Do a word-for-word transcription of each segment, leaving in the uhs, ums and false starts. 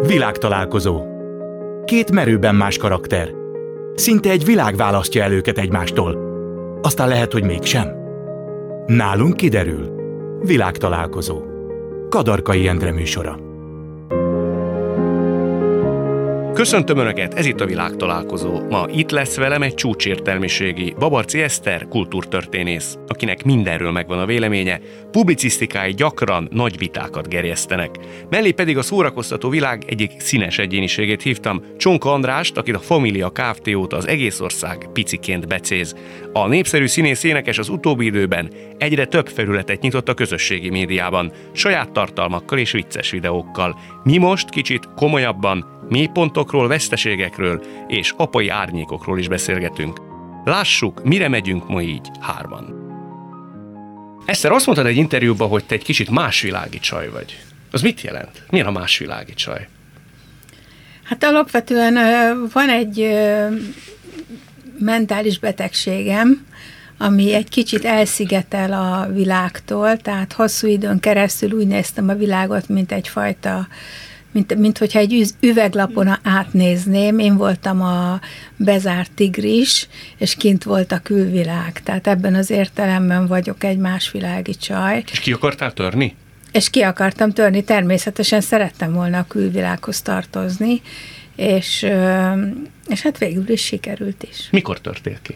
Világtalálkozó. Két merőben más karakter. Szinte egy világ választja el őket egymástól. Aztán lehet, hogy mégsem. Nálunk kiderül. Világtalálkozó. Kadarkai Endre műsora. Köszöntöm Önöket, ez itt a Világtalálkozó. Ma itt lesz velem egy csúcsértelmiségi, Babarczy Eszter kultúrtörténész, akinek mindenről megvan a véleménye, publicisztikái gyakran nagy vitákat gerjesztenek. Mellé pedig a szórakoztató világ egyik színes egyéniségét hívtam, Csonka Andrást, akit a Família Kft. Óta az egész ország piciként becéz. A népszerű színész énekes az utóbbi időben egyre több felületet nyitott a közösségi médiában, saját tartalmakkal és vicces videókkal. Mi most kicsit komolyabban, mélypontokról, veszteségekről és apai árnyékokról is beszélgetünk. Lássuk, mire megyünk ma így hárman. Eszter, azt mondtad egy interjúban, hogy te egy kicsit másvilági csaj vagy. Az mit jelent? Milyen a másvilági csaj? Hát alapvetően van egy mentális betegségem, ami egy kicsit elszigetel a világtól, tehát hosszú időn keresztül úgy néztem a világot, mint egyfajta Mint, mint hogyha egy üveglapon átnézném, én voltam a bezárt tigris, és kint volt a külvilág. Tehát ebben az értelemben vagyok egy másvilági csaj. És ki akartál törni? És ki akartam törni, természetesen szerettem volna a külvilághoz tartozni, és, és hát végül is sikerült is. Mikor törtél ki?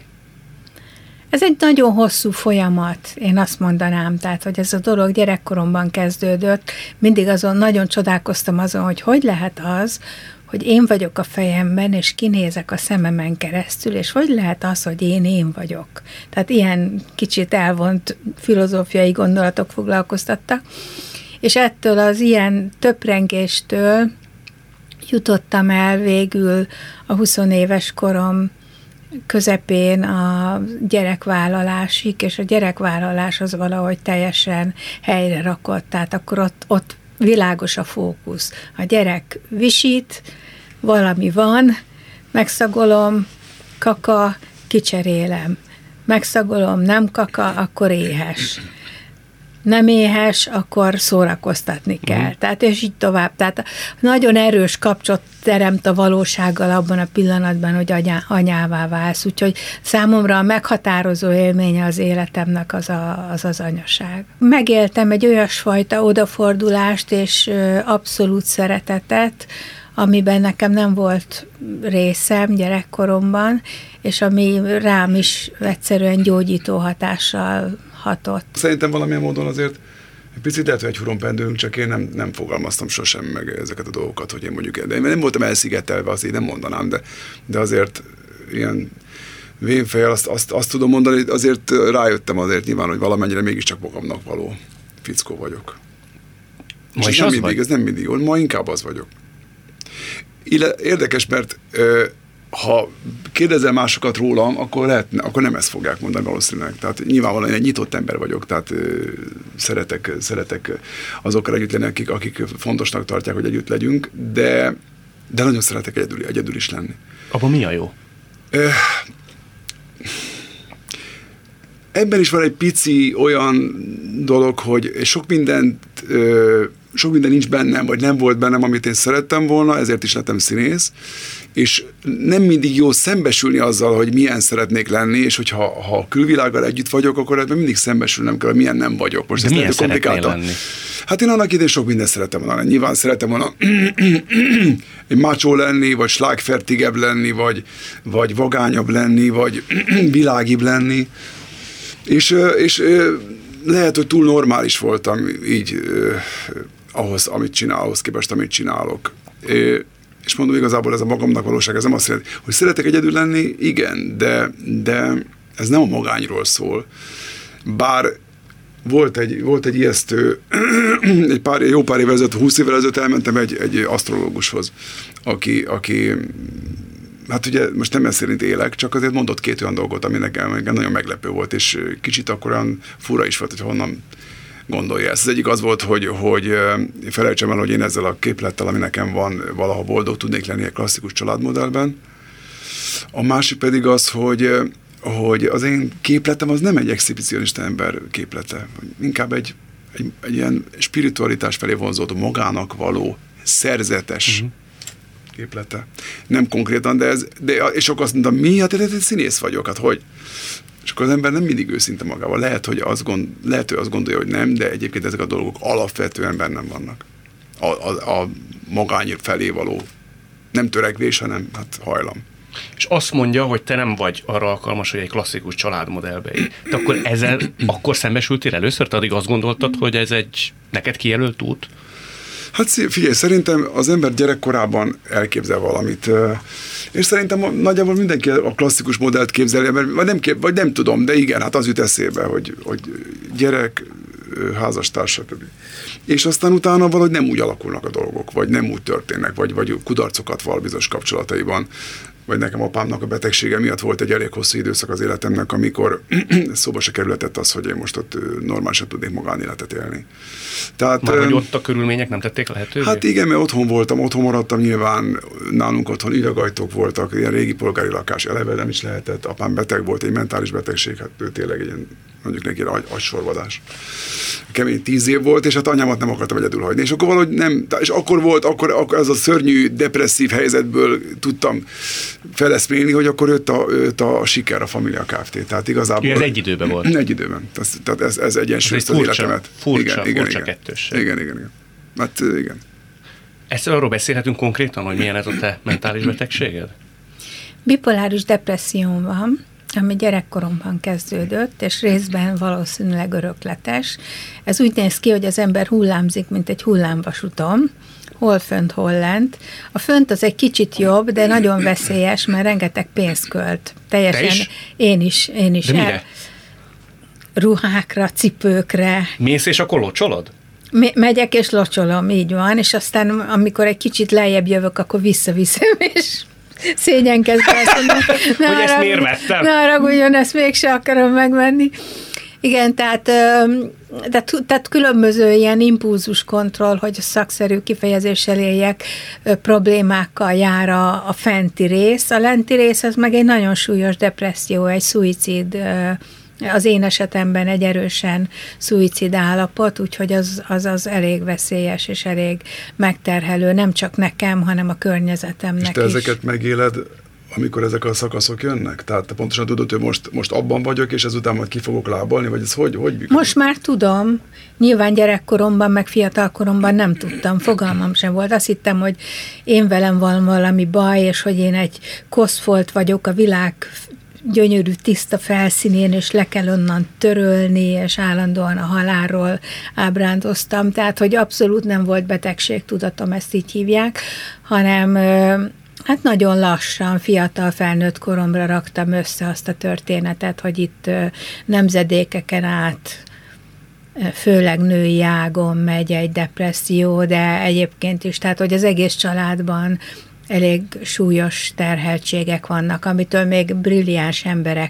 Ez egy nagyon hosszú folyamat, én azt mondanám, tehát, hogy ez a dolog gyerekkoromban kezdődött, mindig azon nagyon csodálkoztam azon, hogy hogy lehet az, hogy én vagyok a fejemben, és kinézek a szememen keresztül, és hogy lehet az, hogy én én vagyok. Tehát ilyen kicsit elvont filozófiai gondolatok foglalkoztattak, és ettől az ilyen töprengéstől jutottam el végül a huszonéves korom közepén a gyerekvállalásig, és a gyerekvállalás az valahogy teljesen helyre rakott, tehát akkor ott, ott világos a fókusz. A gyerek visít, valami van, megszagolom, kaka, kicserélem. Megszagolom, nem kaka, akkor éhes. Nem éhes, akkor szórakoztatni kell. Mm. Tehát, és így tovább. Tehát nagyon erős kapcsolat teremt a valósággal abban a pillanatban, hogy anyá, anyává válsz. Úgyhogy számomra a meghatározó élménye az életemnek az a, az, az anyaság. Megéltem egy olyasfajta odafordulást és abszolút szeretetet, amiben nekem nem volt részem gyerekkoromban, és ami rám is egyszerűen gyógyító hatással hatott. Szerintem valamilyen módon azért egy picit lehet, hogy egy huron pendülünk, csak én nem, nem fogalmaztam sosem meg ezeket a dolgokat, hogy én mondjuk, de én nem voltam elszigetelve, azért nem mondanám, de, de azért ilyen vénfejjel azt, azt, azt tudom mondani, azért rájöttem azért nyilván, hogy valamennyire mégiscsak magamnak való fickó vagyok. Ma is nem az mindig, vagy? Ez nem mindig, ma inkább az vagyok. Érdekes, mert ha kérdezel másokat rólam, akkor, lehet, akkor nem ezt fogják mondani valószínűleg. Tehát nyilvánvalóan én egy nyitott ember vagyok, tehát ö, szeretek, szeretek azokkal együtt lenni, akik, akik fontosnak tartják, hogy együtt legyünk, de, de nagyon szeretek egyedül, egyedül is lenni. Abban mi a jó? Ö, ebben is van egy pici olyan dolog, hogy sok mindent ö, sok minden nincs bennem, vagy nem volt bennem, amit én szerettem volna, ezért is lettem színész, és nem mindig jó szembesülni azzal, hogy milyen szeretnék lenni, és hogyha ha a külvilággal együtt vagyok, akkor ebben mindig szembesülnem kell, hogy milyen nem vagyok. Most de milyen szeretnél lenni? Hát én annak idején sok mindent szerettem volna. Nyilván szerettem volna egy macho lenni, vagy slágfertigebb lenni, vagy, vagy vagányabb lenni, vagy világibb lenni, és, és lehet, hogy túl normális voltam így ahhoz, amit csinál, ahhoz képest, amit csinálok. É, és mondom, igazából ez a magamnak valóság, ez nem azt jelenti, hogy szeretek egyedül lenni, igen, de, de ez nem a magányról szól. Bár volt egy, volt egy ijesztő, egy pár, jó pár évvel ezelőtt, húsz évvel ezelőtt elmentem egy, egy asztrológushoz, aki, aki, hát ugye most nem ez szerint élek, csak azért mondott két olyan dolgot, ami nekem, nekem nagyon meglepő volt, és kicsit akkor olyan fura is volt, hogy honnan gondolja ezt. Az egyik az volt, hogy, hogy felejtsem el, hogy én ezzel a képlettel, ami nekem van, valaha boldog tudnék lenni egy klasszikus családmodellben. A másik pedig az, hogy, hogy az én képletem az nem egy exhibicionista ember képlete. Inkább egy, egy, egy ilyen spiritualitás felé vonzódó, magának való, szerzetes, uh-huh. képlete. Nem konkrétan, de ez, de, és akkor azt mondtam, mi? Hát én színész vagyok, hát hogy? És akkor az ember nem mindig őszinte magával. Lehet, hogy azt, gond, lehet, hogy azt gondolja, hogy nem, de egyébként ezek a dolgok alapvetően bennem vannak. A, a, a magány felé való nem törekvés, hanem hát hajlam. És azt mondja, hogy te nem vagy arra alkalmas, hogy egy klasszikus családmodellbe élj. De akkor ezzel akkor szembesültél először? Te addig azt gondoltad, hogy ez egy neked kijelölt út? Hát figyelj, szerintem az ember gyerekkorában elképzel valamit, és szerintem nagyjából mindenki a klasszikus modellt képzelje, mert vagy nem, kép, vagy nem tudom, de igen, hát az jut eszébe, hogy, hogy gyerek, házastárs, stb. És aztán utána valahogy nem úgy alakulnak a dolgok, vagy nem úgy történnek, vagy, vagy kudarcokat val bizonyos kapcsolataiban. Vagy nekem apámnak a betegsége miatt volt egy elég hosszú időszak az életemnek, amikor szóba se kerülhetett az, hogy én most ott normálisan tudnék magánéletet élni. Tehát, Már hogy ott a körülmények nem tették lehetővé? Hát igen, mert otthon voltam, otthon maradtam nyilván, nálunk otthon ügyagajtók voltak, ilyen régi polgári lakás, eleve nem is lehetett, apám beteg volt, egy mentális betegség, hát ő tényleg egy ilyen, mondjuk neki egy agysorvadás. Kemény tíz év volt, és hát anyámat nem akartam egyedül hagyni. És akkor valahogy nem, és akkor volt, akkor, akkor ez a szörnyű, depresszív helyzetből tudtam feleszmélni, hogy akkor jött a, jött a siker, a Família Kft. Tehát igazából... Ez egy időben volt. Egy időben. Ez, tehát ez, ez egyensúlyozta az furcsa, életemet. Furcsa, igen, furcsa igen, kettősség. Igen, igen, igen. Hát igen. Ezt arról beszélhetünk konkrétan, hogy milyen ez a te mentális betegséged? Bipoláris depresszióm van, ami gyerekkoromban kezdődött, és részben valószínűleg örökletes. Ez úgy néz ki, hogy az ember hullámzik, mint egy hullámvasúton, hol fönt, hol lent. A fönt az egy kicsit jobb, de nagyon veszélyes, mert rengeteg pénzt költ. Teljesen. Is? Én is. Én is. De mire? Ruhákra, cipőkre. Mész és akkor locsolod? Megyek és locsolom, így van, és aztán amikor egy kicsit lejjebb jövök, akkor visszaviszem, és szégyenkezve azt mondom, hogy ezt miért vettem? Ne haragudjon, ezt mégse akarom megvenni. Igen, tehát, de, tehát különböző ilyen impulzuskontroll, hogy szakszerű kifejezéssel éljek, problémákkal jár a, a fenti rész. A lenti rész az meg egy nagyon súlyos depresszió, egy szuicid, az én esetemben egy erősen szuicid állapot, úgyhogy az, az, az elég veszélyes és elég megterhelő, nem csak nekem, hanem a környezetemnek is. És te ezeket megéled, amikor ezek a szakaszok jönnek? Tehát te pontosan tudod, hogy most, most abban vagyok, és ezután majd ki fogok lábalni, vagy ez hogy, hogy működik? Most már tudom. Nyilván gyerekkoromban, meg fiatalkoromban nem tudtam, fogalmam sem volt. Azt hittem, hogy én velem van valami baj, és hogy én egy koszfolt vagyok a világ gyönyörű, tiszta felszínén, és le kell onnan törölni, és állandóan a halálról ábrándoztam. Tehát, hogy abszolút nem volt betegségtudatom, ezt így hívják, hanem hát nagyon lassan, fiatal felnőtt koromra raktam össze azt a történetet, hogy itt nemzedékeken át, főleg női ágon megy egy depresszió, de egyébként is, tehát, hogy az egész családban elég súlyos terheltségek vannak, amitől még brilliáns emberek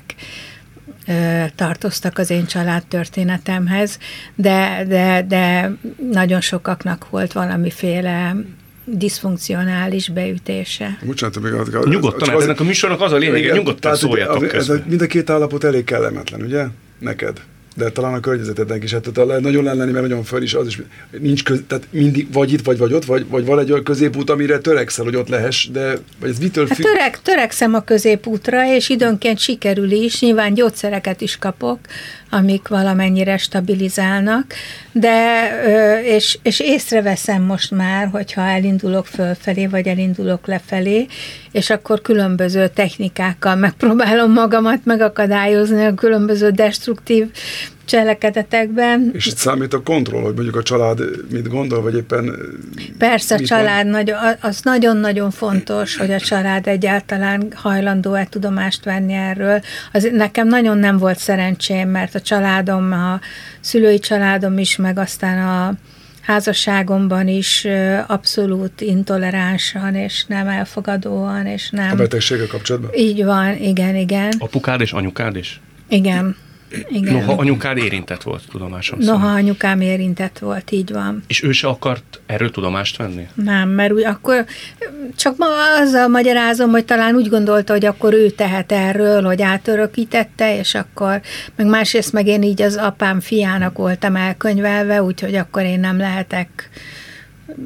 ö, tartoztak az én családtörténetemhez, de, de, de nagyon sokaknak volt valamiféle diszfunkcionális beütése. Bocsánat, még az, nyugodtan, hát ennek a műsornak az a lényeg, hogy nyugodtan szóljatok közben. Mind a két állapot elég kellemetlen, ugye? Neked. De talán a környezetednek is, hát lehet nagyon lenni, mert nagyon föl is, az is nincs köz, tehát mindig vagy itt, vagy vagy ott, vagy, vagy van egy olyan középút, amire törekszel, hogy ott lehess, de vagy ez mitől függ? Hát törek, törekszem a középútra, és időnként sikerül is, nyilván gyógyszereket is kapok, amik valamennyire stabilizálnak, de és, és észreveszem most már, hogyha elindulok fölfelé, vagy elindulok lefelé, és akkor különböző technikákkal megpróbálom magamat megakadályozni a különböző destruktív cselekedetekben. És itt számít a kontroll, hogy mondjuk a család mit gondol, vagy éppen... Persze, a család nagyon, az nagyon-nagyon fontos, hogy a család egyáltalán hajlandó-e tudomást venni erről. Az nekem nagyon nem volt szerencsém, mert a családom, a szülői családom is, meg aztán a házasságomban is abszolút intoleránsan, és nem elfogadóan, és nem... A betegséggel kapcsolatban? Így van, igen, igen. Apukád és anyukád is? Igen. Igen. Noha anyukád érintett volt, tudomásom szerint. Noha anyukám érintett volt, így van. És ő se akart erről tudomást venni? Nem, mert úgy akkor csak ma azzal magyarázom, hogy talán úgy gondolta, hogy akkor ő tehet erről, hogy átörökítette, és akkor, meg másrészt meg én így az apám fiának voltam elkönyvelve, úgyhogy akkor én nem lehetek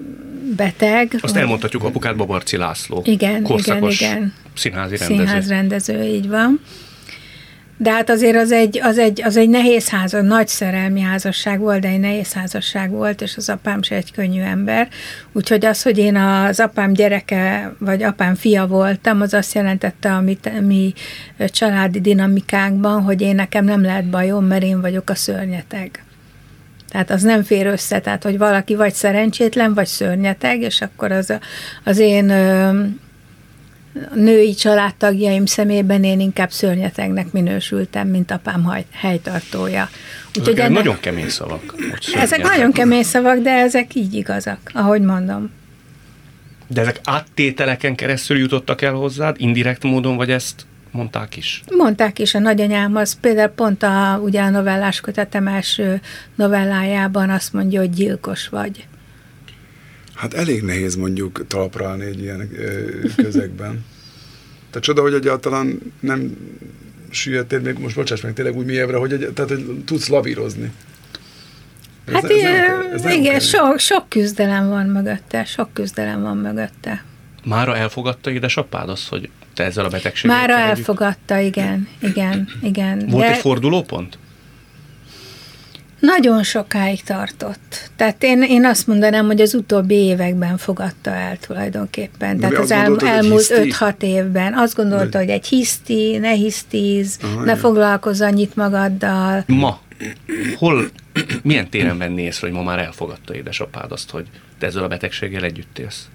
beteg. Azt elmondhatjuk, apukád Babarczy László. Igen, korszakos igen, igen. színházi rendező. Színházrendező, így van. De hát azért az egy, az egy, az egy nehéz házas, nagy szerelmi házasság volt, de egy nehéz házasság volt, és az apám se egy könnyű ember. Úgyhogy az, hogy én az apám gyereke, vagy apám fia voltam, az azt jelentette a mi, mi családi dinamikánkban, hogy én nekem nem lehet bajom, mert én vagyok a szörnyeteg. Tehát az nem fér össze, tehát hogy valaki vagy szerencsétlen, vagy szörnyeteg, és akkor az, a, az én ö, női családtagjaim szemében én inkább szörnyetegnek minősültem, mint apám haj, helytartója. Úgyhogy ennek, nagyon kemény szavak. Ezek nagyon kemény szavak, de ezek így igazak, ahogy mondom. De ezek áttételeken keresztül jutottak el hozzád, indirekt módon, vagy ezt mondták is? Mondták is a nagyanyámhoz. Például pont a, ugye a novellás kötetem első novellájában azt mondja, hogy gyilkos vagy. Hát elég nehéz mondjuk talpra állni egy ilyen ö, közegben. Tehát csoda, hogy egyáltalán nem süllyedtél még, most bocsáss meg tényleg úgy mélyebbre, hogy, egy, tehát, hogy tudsz lavírozni. Ez, hát ez nem, ez nem igen, sok, sok küzdelem van mögötte, sok küzdelem van mögötte. Mára elfogadta édesapád azt, hogy te ezzel a betegséggel? Mára elfogadta, igen, igen, igen. Volt de... egy fordulópont? Nagyon sokáig tartott. Tehát én, én azt mondanám, hogy az utóbbi években fogadta el tulajdonképpen. De tehát az el, gondolta, elmúlt öt-hat évben. Azt gondolta, vagy... hogy egy hiszti, ne hisztíz, Aha, ne foglalkozz annyit magaddal. Ma, hol, milyen téren venni észre, hogy ma már elfogadta édesapád azt, hogy te ezzel a betegséggel együtt élsz?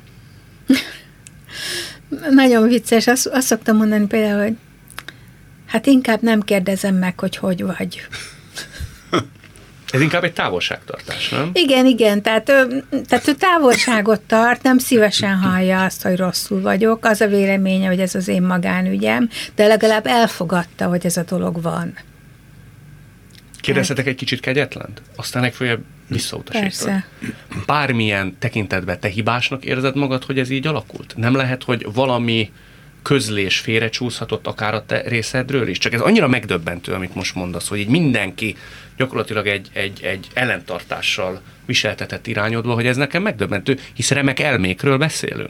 Nagyon vicces. Azt, azt szoktam mondani például, hogy hát inkább nem kérdezem meg, hogy hogy vagy. Ez inkább egy távolságtartás, nem? Igen, igen, tehát ő, tehát ő távolságot tart, nem szívesen hallja azt, hogy rosszul vagyok. Az a véleménye, hogy ez az én magánügyem, de legalább elfogadta, hogy ez a dolog van. Kérdezhetek egy kicsit kegyetlent? Aztán legfeljebb visszautasítod. Persze. Bármilyen tekintetben te hibásnak érzed magad, hogy ez így alakult? Nem lehet, hogy valami közlés félrecsúszhatott akár a te részedről is? Csak ez annyira megdöbbentő, amit most mondasz, hogy így mindenki gyakorlatilag egy, egy, egy ellentartással viseltetett irányodva, hogy ez nekem megdöbbentő, hisz remek elmékről beszélünk.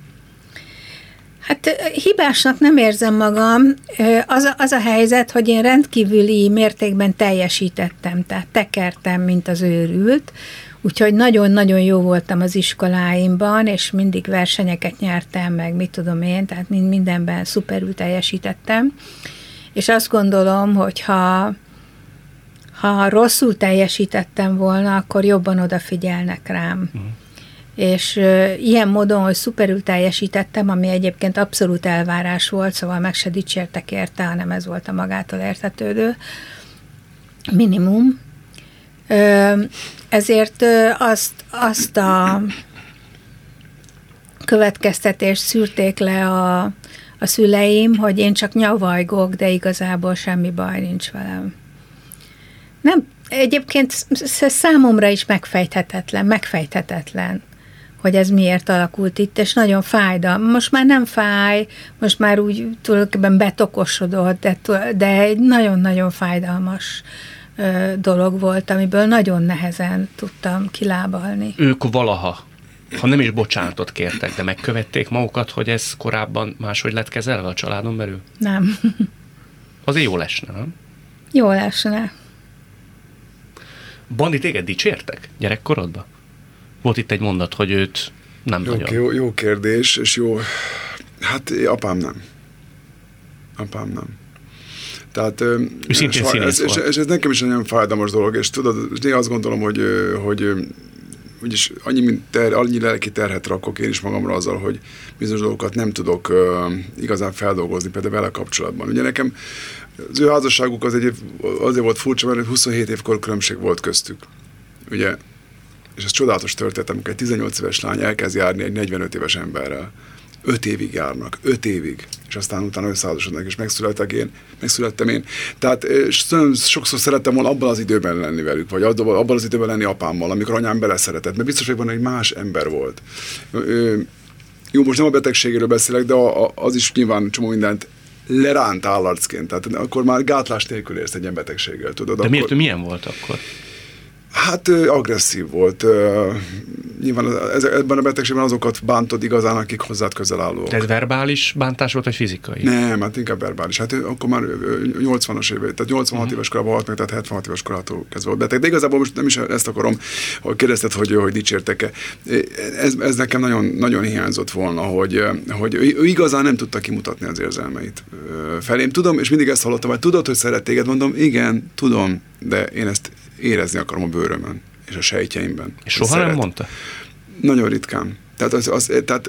Hát hibásnak nem érzem magam. Az a, az a helyzet, hogy én rendkívüli mértékben teljesítettem, tehát tekertem, mint az őrült, úgyhogy nagyon-nagyon jó voltam az iskoláimban, és mindig versenyeket nyertem, meg mit tudom én, tehát mindenben szuperül teljesítettem. És azt gondolom, hogy ha, ha rosszul teljesítettem volna, akkor jobban odafigyelnek rám. Mm. És uh, ilyen módon, hogy szuperül teljesítettem, ami egyébként abszolút elvárás volt, szóval meg se dicsértek érte, hanem ez volt a magától értetődő minimum. Uh, ezért uh, azt, azt a következtetést szűrték le a, a szüleim, hogy én csak nyavajgok, de igazából semmi baj nincs velem. Nem, egyébként számomra is megfejthetetlen, megfejthetetlen, hogy ez miért alakult itt, és nagyon fájdal. Most már nem fáj, most már úgy tulajdonképpen betokosodott, de, de egy nagyon-nagyon fájdalmas ö, dolog volt, amiből nagyon nehezen tudtam kilábalni. Ők valaha, ha nem is bocsánatot kértek, de megkövették magukat, hogy ez korábban máshogy lett kezelve a családon belül? Nem. Azért jól esne, nem? Jól esne. Bandi, téged dicsértek gyerekkorodban? Volt itt egy mondat, hogy őt nem jó, nagyon. Jó, jó kérdés, és jó, hát apám nem. Apám nem. Tehát, szintén színész ez, és ez nekem is egy nagyon fájdalmas dolog, és tudod, néha azt gondolom, hogy, hogy úgyis annyi, mint ter, annyi lelki terhet rakok én is magamra azzal, hogy bizonyos dolgokat nem tudok uh, igazán feldolgozni, például vele kapcsolatban. Ugye nekem az ő házasságuk az egy, azért volt furcsa, mert huszonhét évkor különbség volt köztük. Ugye, és ez csodálatos történet, amikor egy tizennyolc éves lány elkezd járni egy negyvenöt éves emberrel. Öt évig járnak, öt évig, és aztán utána összeházasodnak, és megszülettek én, megszülettem én. Tehát sokszor szerettem volna abban az időben lenni velük, vagy abban az időben lenni apámmal, amikor anyám beleszeretett, mert biztos, hogy van egy más ember volt. Jó, most nem a betegségéről beszélek, de az is nyilván csomó mindent leránt állarcként, tehát akkor már gátlás nélkül érsz egy ilyen betegséggel, tudod. De akkor... miért ő milyen volt akkor? Hát agresszív volt. Nyilván ebben a betegségben azokat bántod igazán, akik hozzád közel állók. Ez verbális bántás volt, vagy fizikai? Nem, hát inkább verbális. Hát akkor már nyolcvanas éve, tehát nyolcvanhat uh-huh. éves korában halt meg, tehát hetvenhat éves korától kezdve volt beteg. De igazából most nem is ezt akarom, hogy kérdezted, hogy, hogy dicsértek-e. Ez, ez nekem nagyon, nagyon hiányzott volna, hogy, hogy ő igazán nem tudta kimutatni az érzelmeit felém. Tudom, és mindig ezt hallottam, hogy tudod, hogy szeret téged, mondom, igen, tudom, de én ezt érezni akarom a bőrömön és a sejtjeimben. És soha szeret. Nem mondta? Nagyon ritkán. Tehát, az, az, tehát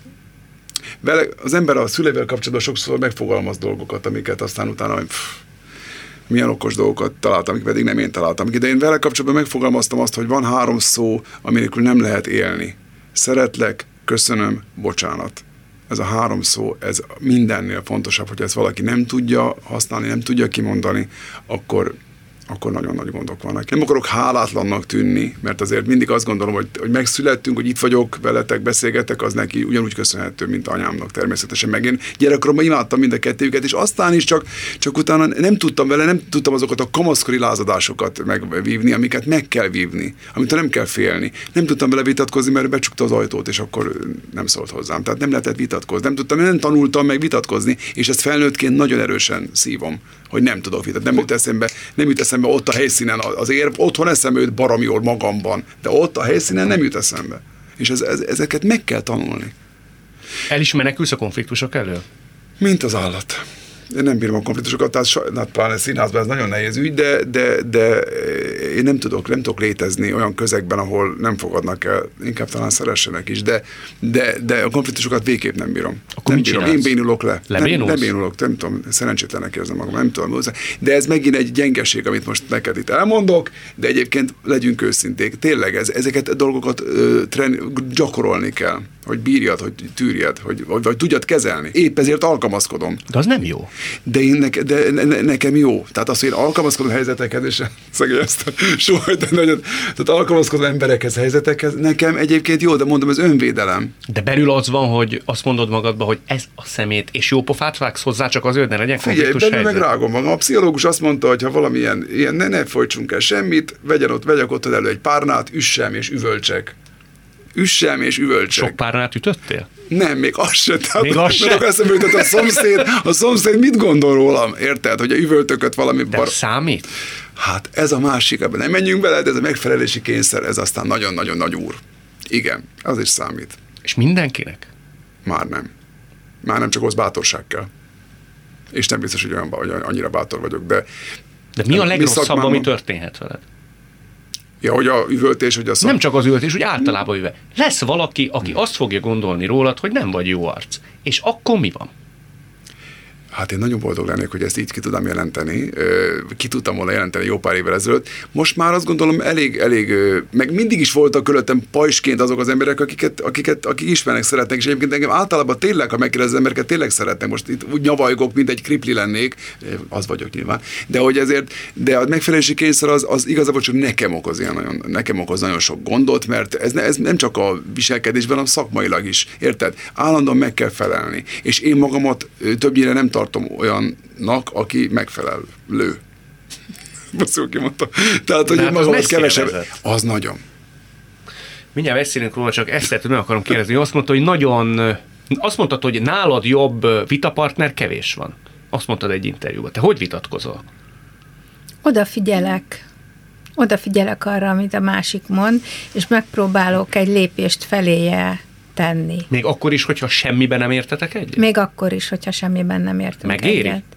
vele, az ember a szüleivel kapcsolatban sokszor megfogalmaz dolgokat, amiket aztán utána, hogy pff, milyen okos dolgokat találtam, amik pedig nem én találtam. De én vele kapcsolatban megfogalmaztam azt, hogy van három szó, aminélkül nem lehet élni. Szeretlek, köszönöm, bocsánat. Ez a három szó, ez mindennél fontosabb, hogy ezt valaki nem tudja használni, nem tudja kimondani, akkor akkor nagyon nagy gondok vannak. Nem akarok hálátlannak tűnni, mert azért mindig azt gondolom, hogy, hogy megszülettünk, hogy itt vagyok, veletek beszélgetek, az neki ugyanúgy köszönhető, mint anyámnak természetesen. Meg én gyerekkoromban imádtam mind a kettőjüket, és aztán is csak, csak utána nem tudtam vele, nem tudtam azokat a kamaszkori lázadásokat megvívni, amiket meg kell vívni, amit nem kell félni. Nem tudtam vele vitatkozni, mert becsukta az ajtót, és akkor nem szólt hozzám. Tehát nem lehetett vitatkozni. Nem tudtam, nem tanultam meg vitatkozni, és ezt felnőttként nagyon erősen szívom, hogy nem tudok vitatkozni. Nem jut eszembe, nem jut eszembe ott a helyszínen az érv, otthon eszem őt baromi jól magamban, de ott a helyszínen nem jut eszembe. És ez, ez, ezeket meg kell tanulni. El is menekülsz a konfliktusok elől? Mint az állat. Én nem bírom a konfliktusokat, tehát hát, pláne színházban ez nagyon nehéz ügy, de, de, de én nem tudok, nem tudok létezni olyan közegben, ahol nem fogadnak el, inkább talán szeressenek is, de, de, de a konfliktusokat végképp nem bírom. Akkor nem bírom. Én bénulok le. Nem, nem bénulok, nem tudom, szerencsétlenek érzem magam, nem tudom. De ez megint egy gyengeség, amit most neked itt elmondok, de egyébként legyünk őszinték. Tényleg ez, ezeket a dolgokat ö, tren, gyakorolni kell, hogy bírjad, hogy tűrjed, hogy, vagy, vagy tudjad kezelni. Épp ezért alkalmazkodom. De az nem jó. De, én neke, de ne, nekem jó. Tehát az, hogy én alkalmazkodom helyzetekhez, és szegény ezt soha, de nagyon, tehát alkalmazkodom emberekhez, helyzetekhez, nekem egyébként jó, de mondom, ez önvédelem. De belül az van, hogy azt mondod magadba, hogy ez a szemét, és jó pofát vágsz hozzá, csak azért ne legyen konfliktus helyzet. Figyelj, belül meg rágom magam. A pszichológus azt mondta, hogy ha valamilyen ilyen, ne, ne folytsunk el semmit, vegyen ott, vegyek ott elő egy párnát, üssem és üvölcsek. Üssem és üvölcsek. Sok párnát ütöttél? Nem, még az se. Tehát, még az se? Eszembe jutott a szomszéd, a szomszéd mit gondol rólam, érted? Hogy a üvöltököt valami... De bar... számít? Hát ez a másik, ebben nem menjünk bele, de ez a megfelelési kényszer, ez aztán nagyon-nagyon nagy úr. Igen, az is számít. És mindenkinek? Már nem. Már nem, csak az bátorság kell. És nem biztos, hogy, olyan, hogy annyira bátor vagyok, de... De mi a legrosszabb, szakmában... ami történhet veled? Ja, hogy a üvöltés, hogy a szak... Nem csak az üvöltés, hogy általában üve. Lesz valaki, aki azt fogja gondolni rólad, hogy nem vagy jó arc. És akkor mi van? Hát én nagyon boldog lennék, hogy ezt így ki tudám jelenteni. Ki tudtam volna jelenteni jó pár évvel ezelőtt. Most már azt gondolom elég, elég, meg mindig is voltak körülöttem pajsként azok az emberek, akiket, akiket, akik ismernek, szeretnek, és egyébként engem általában tényleg, ha megkérdez az embereket, tényleg szeretnek. Most itt úgy nyavajgok, mint egy kripli lennék, az vagyok nyilván. De hogy ezért, de a megfelelési kényszer az, az igazából csak nekem okoz ilyen nagyon, nekem okoz nagyon sok gondot, mert ez, ez nem csak a viselkedésben, hanem szakmailag is. Érted? Állandóan meg kell felelni. És én magamat többnyire nem tartom olyannak, aki megfelelő. Basszul kimondta. Tehát, hogy hát az kevesebb. Vezet. Az nagyon. Mindjárt beszélünk róla, csak ezt nem akarom kérdezni. Azt mondta, hogy nagyon, azt mondtad, hogy nálad jobb vitapartner kevés van. Azt mondtad egy interjúban. Te hogy vitatkozol? Odafigyelek. Odafigyelek arra, amit a másik mond, és megpróbálok egy lépést feléje tenni. Még akkor is, hogyha semmiben nem értetek egyet? Még akkor is, hogyha semmiben nem értünk Megéri? egyet.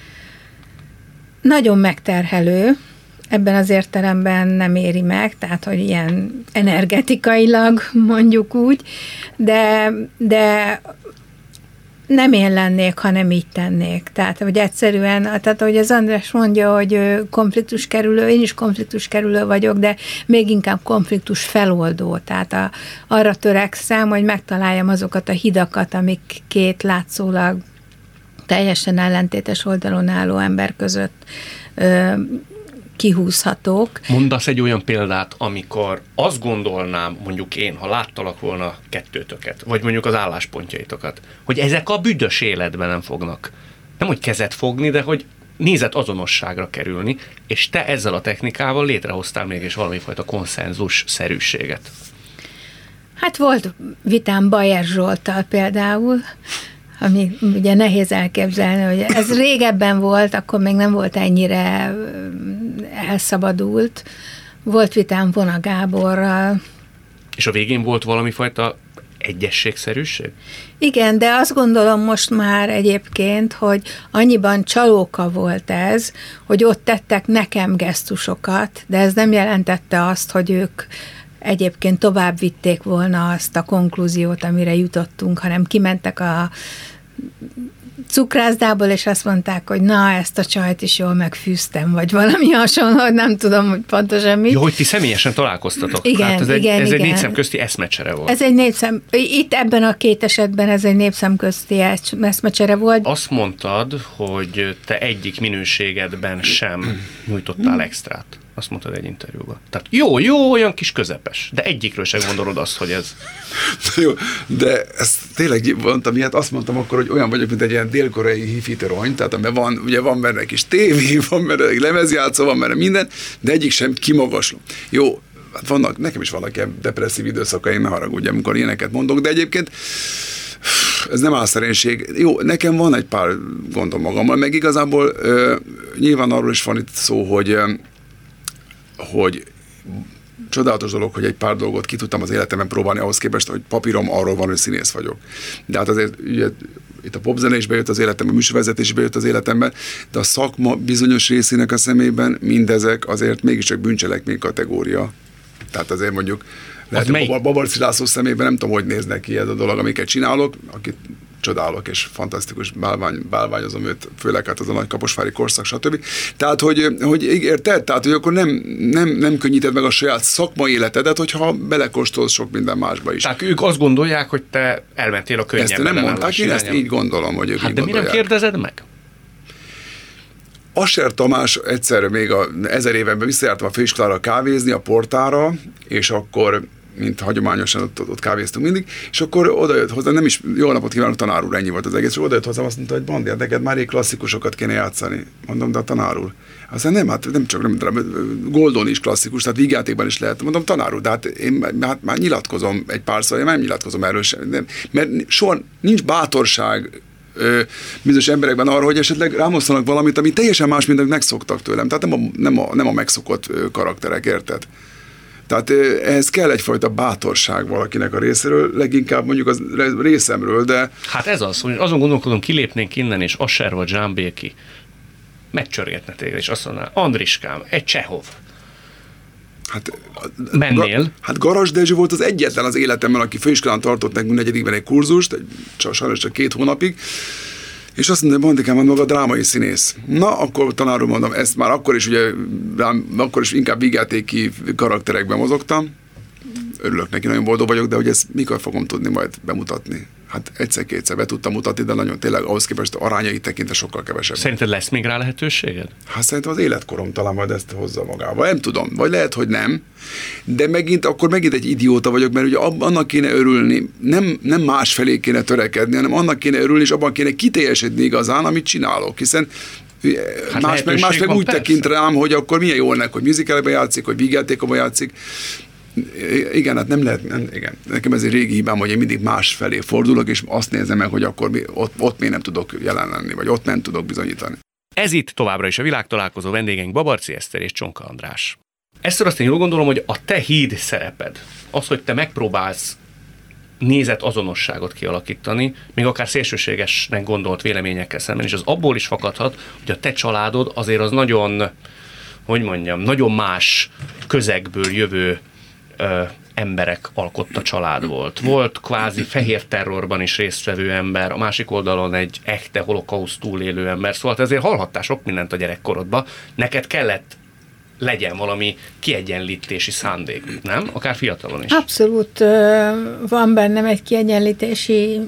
Nagyon megterhelő, ebben az értelemben nem éri meg, tehát, hogy ilyen energetikailag mondjuk úgy, de, de nem én lennék, ha nem így tennék. Tehát, hogy egyszerűen, tehát, ahogy az András mondja, hogy konfliktus kerülő, én is konfliktus kerülő vagyok, de még inkább konfliktus feloldó. Tehát a, arra törekszem, hogy megtaláljam azokat a hidakat, amik két látszólag teljesen ellentétes oldalon álló ember között ö, kihúzhatók. Mondasz egy olyan példát, amikor azt gondolnám, mondjuk én, ha láttalak volna kettőtöket, vagy mondjuk az álláspontjaitokat, hogy ezek a büdös életben nem fognak. Nem, hogy kezet fogni, de hogy nézet azonosságra kerülni, és te ezzel a technikával létrehoztál mégis valamifajta konszenzus-szerűséget. Hát volt vitám Bajer Zsolttal például, ami ugye nehéz elképzelni, hogy ez régebben volt, akkor még nem volt ennyire elszabadult. Volt vitám Vona Gáborral. És a végén volt valami fajta egyességszerűség? Igen, de azt gondolom most már egyébként, hogy annyiban csalóka volt ez, hogy ott tettek nekem gesztusokat, de ez nem jelentette azt, hogy ők egyébként tovább vitték volna azt a konklúziót, amire jutottunk, hanem kimentek a cukrászdából, és azt mondták, hogy na, ezt a csajt is jól megfűztem, vagy valami hasonló, nem tudom, hogy pontosan mit. Jó, hogy ti személyesen találkoztatok. Igen, hát ez igen, egy, ez igen. egy négy szem közti eszmecsere volt. Ez egy népszem, itt ebben a két esetben ez egy népszem közti eszmecsere volt. Azt mondtad, hogy te egyik minőségedben sem nyújtottál extrát. Azt mondtad egy interjúban. Tehát jó, jó, olyan kis közepes, de egyikről sem gondolod azt, hogy ez... Jó, de ezt tényleg mondtam ilyet, azt mondtam akkor, hogy olyan vagyok, mint egy ilyen dél-koreai hifi torony, tehát amiben van, ugye van benne kis tévé, van benne egy lemezjátszó, van benne minden, de egyik sem kimagasló. Jó, hát vannak, nekem is vannak ilyen depresszív időszakaim, ne haragudj, amikor ilyeneket mondok, de egyébként ez nem álszerénység. Jó, nekem van egy pár gondom magammal, meg igazából ö, nyilván arról is van itt szó, hogy ö, hogy csodálatos dolog, hogy egy pár dolgot ki tudtam az életemben próbálni ahhoz képest, hogy papírom arról van, hogy színész vagyok. De hát azért ugye, itt a popzene is bejött az életemben, a műsorvezetés is bejött az életemben, de a szakma bizonyos részének a szemében mindezek azért mégiscsak bűncselekmény kategória. Tehát azért mondjuk lehet, hogy a Babarczy László szemében nem tudom, hogy néznek ki ez a dolog, amiket csinálok, akit csodálok, és fantasztikus bálvány, bálványozom őt, főleg hát az a nagy kaposvári korszak, stb. Tehát, hogy, hogy érted? Tehát, hogy akkor nem, nem, nem könnyíted meg a saját szakmai életedet, hogyha belekóstolsz sok minden másba is. Tehát ők azt gondolják, hogy te elmentél a könnyebb. Ezt nem mondták, én ezt így gondolom, hogy ők hát így de gondolják. mi nem kérdezed meg? Asser Tamás egyszer még a ezer évenben visszajártam a főiskolára kávézni, a Portára, és akkor mint hagyományosan ott, ott kávéztunk mindig, és akkor odajött hozzá, nem is jó napot kívánok, tanár úr, ennyi volt az egész, és odajött hozzám, azt mondta, hogy Bandi, neked már rég klasszikusokat kéne játszani. Mondom, de a tanár úr. Aztán nem, hát nem csak nem, Goldon is klasszikus, tehát vígjátékban is lehet. Mondom, tanár úr, de hát én hát már nyilatkozom egy párszor, én nem nyilatkozom erről sem, nem, mert soha nincs bátorság ö, bizonyos emberekben arra, hogy esetleg rámosztanak valamit, ami teljesen más, mint amit megszoktak tőlem. Tehát nem a, nem a, nem a megszokott ö, karakterek, érted? Tehát ehhez kell egyfajta bátorság valakinek a részéről, leginkább mondjuk az részemről, de... Hát ez az, hogy azon gondolkodom, kilépnénk innen, és Asser vagy Zsámbéki megcsörgetne téged, és azt mondaná, Andriskám, egy Csehov. Hát, mennél? Ga, hát Garas Dezső volt az egyetlen az életemben, aki főiskolán tartott nekünk negyedikben egy kurzust, egy, sajnos csak két hónapig, és azt mondja, Bandikám, van maga drámai színész. Na, akkor tanár úr, mondom, ezt már akkor is, ugye, akkor is inkább vígjátéki karakterekben mozogtam. Örülök neki, nagyon boldog vagyok, de hogy ezt mikor fogom tudni majd bemutatni? Hát egyszer-kétszer be tudtam mutatni, de nagyon tényleg ahhoz képest arányait tekintve sokkal kevesebb. Szerinted lesz még rá lehetőséged? Hát szerintem az életkorom talán majd ezt hozza magával. Nem tudom, vagy lehet, hogy nem, de megint, akkor megint egy idióta vagyok, mert ugye annak kéne örülni, nem, nem másfelé kéne törekedni, hanem annak kéne örülni, és abban kéne kiteljesedni igazán, amit csinálok, hiszen hát más meg, más meg úgy persze. tekint rám, hogy akkor milyen jól nek, hogy musicalben játszik, hogy vígjátékban játszik. Igen, hát nem lehet, nem, igen. Nekem ez egy régi hibám, hogy én mindig más felé fordulok, és azt nézem meg, hogy akkor mi, ott, ott még nem tudok jelen lenni, vagy ott nem tudok bizonyítani. Ez itt továbbra is a világtalálkozó, vendégeink Babarczy Eszter és Csonka András. Ezt azt én jól gondolom, hogy a te híd szereped, az, hogy te megpróbálsz nézet azonosságot kialakítani, még akár szélsőségesnek gondolt véleményekkel szemben, és az abból is fakadhat, hogy a te családod azért az nagyon, hogy mondjam, nagyon más közegből jövő Ö, emberek alkotta család volt. Volt kvázi fehér terrorban is résztvevő ember, a másik oldalon egy echte holokauszt túlélő ember, szóval te azért hallhattál sok mindent a gyerekkorodban, neked kellett legyen valami kiegyenlítési szándék, nem? Akár fiatalon is. Abszolút van bennem egy kiegyenlítési,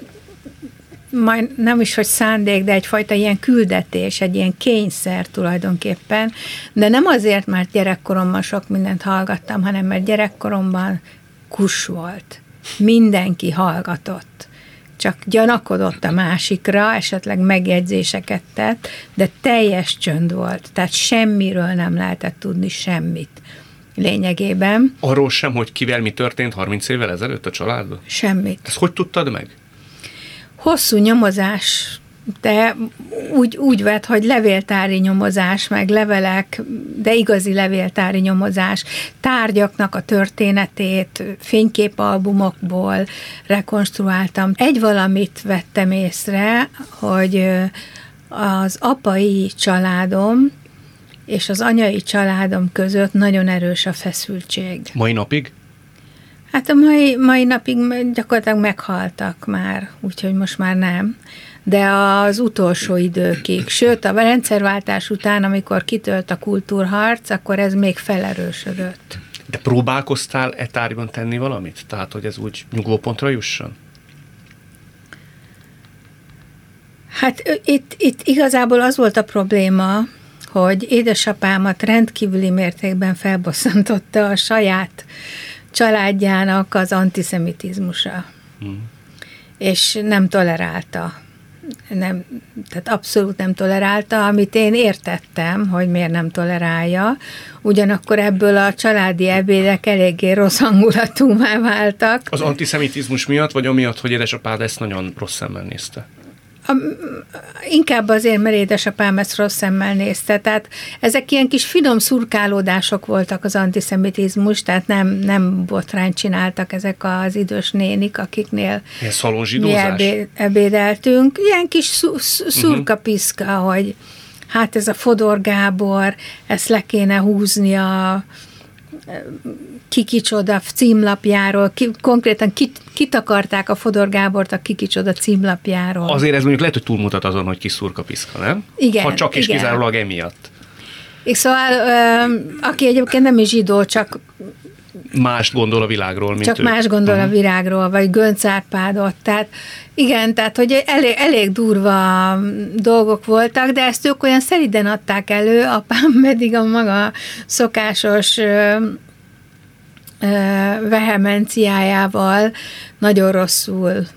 majd nem is, hogy szándék, de egyfajta ilyen küldetés, egy ilyen kényszer tulajdonképpen, de nem azért, mert gyerekkoromban sok mindent hallgattam, hanem mert gyerekkoromban kus volt. Mindenki hallgatott. csak gyanakodott a másikra, esetleg megjegyzéseket tett, de teljes csönd volt, tehát semmiről nem lehetett tudni semmit lényegében. Arról sem, hogy kivel mi történt harminc évvel ezelőtt a családban? Semmit. Ezt hogy tudtad meg? Hosszú nyomozás, de úgy, úgy vett, hogy levéltári nyomozás, meg levelek, de igazi levéltári nyomozás, tárgyaknak a történetét fényképalbumokból rekonstruáltam. Egy valamit vettem észre, hogy az apai családom és az anyai családom között nagyon erős a feszültség. Mai napig? Hát a mai, mai napig gyakorlatilag meghaltak már, úgyhogy most már nem. De az utolsó időkig, sőt a rendszerváltás után, amikor kitölt a kultúrharc, akkor ez még felerősödött. De próbálkoztál e tárgyban tenni valamit? Tehát, hogy ez úgy nyugvópontra jusson? Hát itt, itt igazából az volt a probléma, hogy édesapámat rendkívüli mértékben felbosszantotta a saját családjának az antiszemitizmusa. Hmm. És nem tolerálta. Nem, tehát abszolút nem tolerálta, amit én értettem, hogy miért nem tolerálja. Ugyanakkor ebből a családi ebédek eléggé rossz hangulatúvá váltak. Az antiszemitizmus miatt, vagy amiatt, hogy édesapád ezt nagyon rossz szemmel nézte? A, inkább azért, mert édesapám ezt rossz szemmel nézte. Tehát ezek ilyen kis finom szurkálódások voltak az antiszemitizmus, tehát nem, nem botrányt csináltak ezek az idős nénik, akiknél ilyen szalonzsidózás? Mi ebédeltünk. Ilyen kis szur, szurkapiszka, uh-huh. hogy hát ez a Fodor Gábor, ezt le kéne húzni a Kikicsoda címlapjáról, ki, konkrétan kit, kitakarták a Fodor Gábort a Kikicsoda címlapjáról. Azért ez mondjuk lehet, hogy túlmutat azon, hogy kis szurkapiszka, nem? Igen. Ha csak és igen. kizárólag emiatt. És szóval, aki egyébként nem is zsidó, csak mást gondol a világról, mint Csak ő. más gondol uh-huh. a világról, vagy Gönc Árpádot. Tehát igen, tehát hogy elég, elég durva dolgok voltak, de ezt ők olyan szeliden adták elő, apám pedig a maga szokásos ö, ö, vehemenciájával nagyon rosszul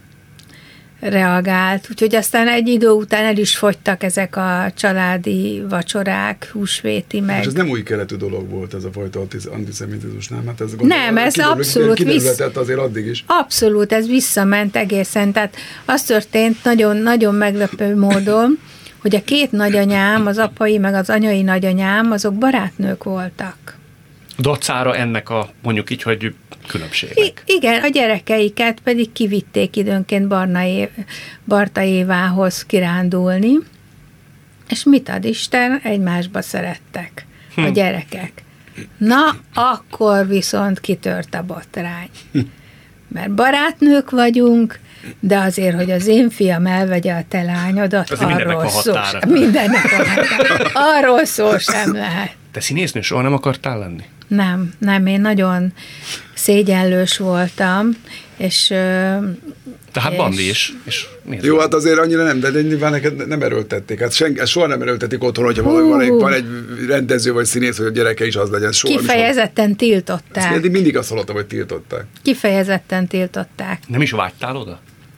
reagált. Úgyhogy aztán egy idő után el is fogytak ezek a családi vacsorák, húsvéti meg. És ez nem új keletű dolog volt ez a fajta antiszemitizmus, nem? Hát ez nem, ez kiderül, abszolút kiderülhetett azért addig is. Abszolút, ez visszament egészen. Tehát az történt nagyon, nagyon meglepő módon, hogy a két nagyanyám, az apai meg az anyai nagyanyám, azok barátnők voltak. Dacára ennek a, mondjuk így, hogy különbségek. I- igen, a gyerekeiket pedig kivitték időnként Barna Év, Barta Évához kirándulni, és mit ad Isten, egymásba szerettek hm. a gyerekek. Na, akkor viszont kitört a botrány. Mert barátnők vagyunk, de azért, hogy az én fiam elvegye a te lányodat, az arról szó sem. Mindennek a határa. Arról szó sem lehet. Te színésznő soha nem akartál lenni? Nem, nem, én nagyon szégyenlős voltam, és... Tehát és... Bandi is. És jó, hát azért annyira nem, de nyilván neked nem erőltették. Hát senki, soha nem erőltetik otthon, hogyha uh, van, egy, van egy rendező vagy színész, hogy a gyereke is az legyen. Soha, kifejezetten soha. tiltották. Ezt mindig azt hallottam, hogy tiltották. Kifejezetten tiltották. Nem is vágytál oda?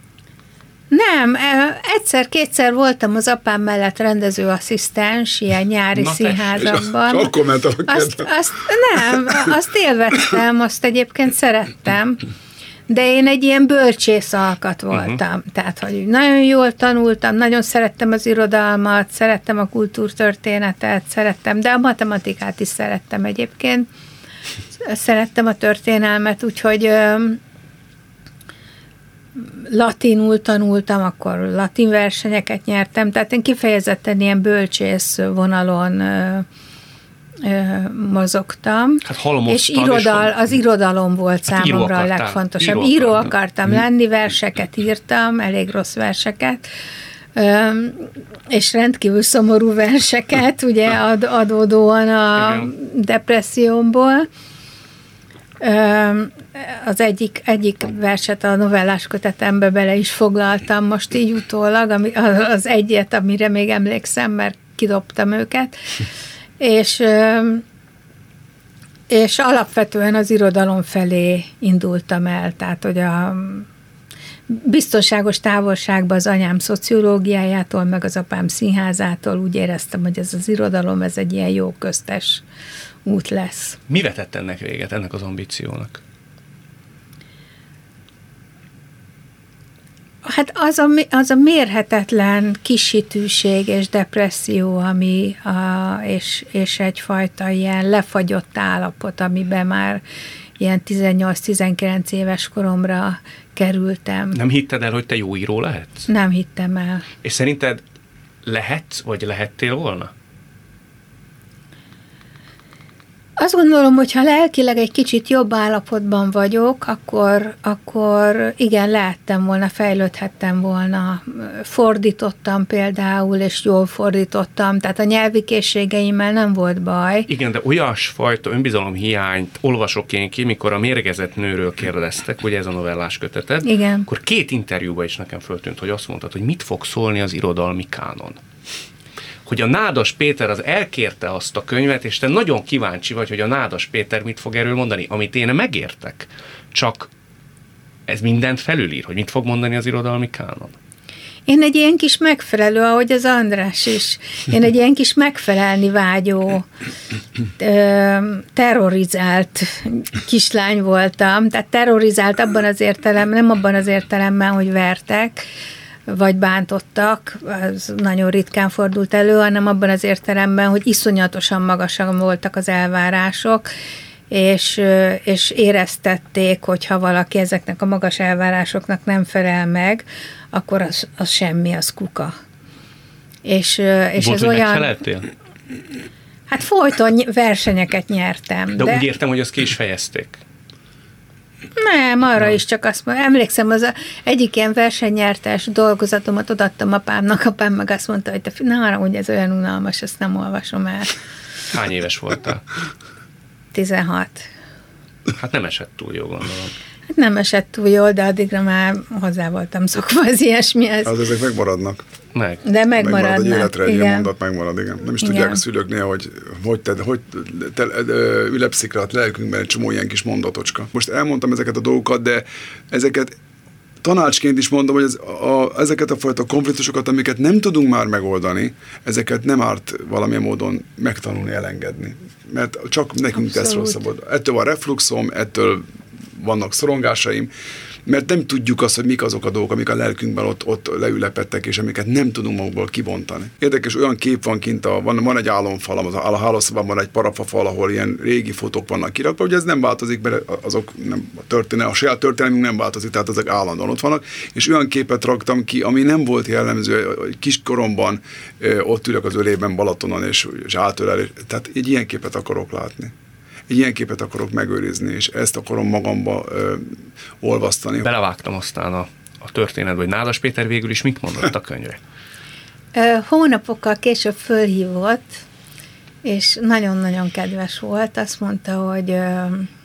Nem, egyszer-kétszer voltam az apám mellett rendezőasszisztens, ilyen nyári Na színházakban. És akkor ment a azt, azt, Nem, azt élveztem, azt egyébként szerettem, de én egy ilyen bölcsész alkat voltam. Uh-huh. Tehát, hogy nagyon jól tanultam, nagyon szerettem az irodalmat, szerettem a kultúrtörténetet, szerettem, de a matematikát is szerettem egyébként. Szerettem a történelmet, úgyhogy... latinul tanultam, akkor latin versenyeket nyertem, tehát én kifejezetten ilyen bölcsész vonalon ö, ö, mozogtam. Hát és irodal, az irodalom volt hát számomra a legfontosabb. Író, író akartam lenni, verseket írtam, elég rossz verseket, ö, és rendkívül szomorú verseket, ugye ad, adódóan a Igen. depressziómból. Az egyik, egyik verset a novellás kötetembe bele is foglaltam most így utólag, ami, az egyet, amire még emlékszem, mert kidobtam őket, és, és alapvetően az irodalom felé indultam el, tehát hogy a biztonságos távolságban az anyám szociológiájától, meg az apám színházától úgy éreztem, hogy ez az irodalom, ez egy ilyen jó köztes út lesz. Mi vetett ennek véget, ennek az ambíciónak? Hát az a, az a mérhetetlen kisítőség és depresszió, ami a, és, és egyfajta ilyen lefagyott állapot, amiben már ilyen tizennyolc-tizenkilenc éves koromra kerültem. Nem hitted el, hogy te jó író lehetsz? Nem hittem el. És szerinted lehetsz, vagy lehettél volna? Azt gondolom, hogy ha lelkileg egy kicsit jobb állapotban vagyok, akkor, akkor igen, lehettem volna, fejlődhettem volna. Fordítottam például, és jól fordítottam, tehát a nyelvi készségeimmel nem volt baj. Igen, de olyasfajta önbizalomhiányt olvasok én ki, mikor a Mérgezett nőről kérdeztek, ugye ez a novellás köteted, igen. Akkor két interjúban is nekem föltűnt, hogy azt mondtad, hogy mit fog szólni az irodalmi kánon. Hogy a Nádas Péter az elkérte azt a könyvet, és te nagyon kíváncsi vagy, hogy a Nádas Péter mit fog erről mondani, amit én megértek. Csak ez mindent felülír, hogy mit fog mondani az irodalmi kánon. Én egy ilyen kis megfelelő, ahogy az András is. Én egy ilyen kis megfelelni vágyó, terrorizált kislány voltam. Tehát terrorizált abban az értelemben, nem abban az értelemben, hogy vertek, vagy bántottak, az nagyon ritkán fordult elő, hanem abban az értelemben, hogy iszonyatosan magasan voltak az elvárások, és, és éreztették, hogyha valaki ezeknek a magas elvárásoknak nem felel meg, akkor az, az semmi, az kuka. És, és Volt, ez hogy olyan... megfeleltél? Hát folyton versenyeket nyertem. De, de... úgy értem, hogy azt ki is fejezték. Nem, arra Nem. is csak azt mondom. Emlékszem, az a, egyik ilyen versenynyertes dolgozatomat odaadtam apámnak, apám meg azt mondta, hogy te, ne arra, hogy ez olyan unalmas, ezt nem olvasom el. Hány éves voltál? tizenhat. Hát nem esett túl jó, gondolom. Hát nem esett túl jól, de addigra már hozzá voltam szokva az ilyesmihez. Az ezek megmaradnak. Meg. De Megmarad egy megmaradnak. életre, egy Igen. ilyen mondat megmarad, igen. Nem is Igen. tudják a szülők néha, hogy hogy, te, hogy te, ülepszik rá a lelkünkben egy csomó ilyen kis mondatocska. Most elmondtam ezeket a dolgokat, de ezeket tanácsként is mondom, hogy ez, a, ezeket a fajta konfliktusokat, amiket nem tudunk már megoldani, ezeket nem árt valamilyen módon megtanulni, elengedni. Mert csak nekünk tesz rosszabbod. Ettől van refluxom, ettől vannak szorongásaim, mert nem tudjuk azt, hogy mik azok a dolgok, amik a lelkünkben ott, ott leülepettek, és amiket nem tudunk magukból kibontani. Érdekes, olyan kép van kint, a, van, van egy álomfalam, az a hálószobában van egy parafafal, ahol ilyen régi fotók vannak kirakva, ugye ez nem változik, mert azok nem, a, történet, a saját történelmünk nem változik, tehát ezek állandóan ott vannak, és olyan képet raktam ki, ami nem volt jellemző, kiskoromban ott ülök az ölében Balatonon, és, és átölel, tehát egy ilyen képet akarok látni. Egy ilyen képet akarok megőrizni, és ezt akarom magamba ö, olvasztani. Belevágtam aztán a, a történetbe, hogy Nádas Péter végül is mit mondott a könyvre? Hónapokkal később fölhívott, és nagyon-nagyon kedves volt. Azt mondta, hogy ö,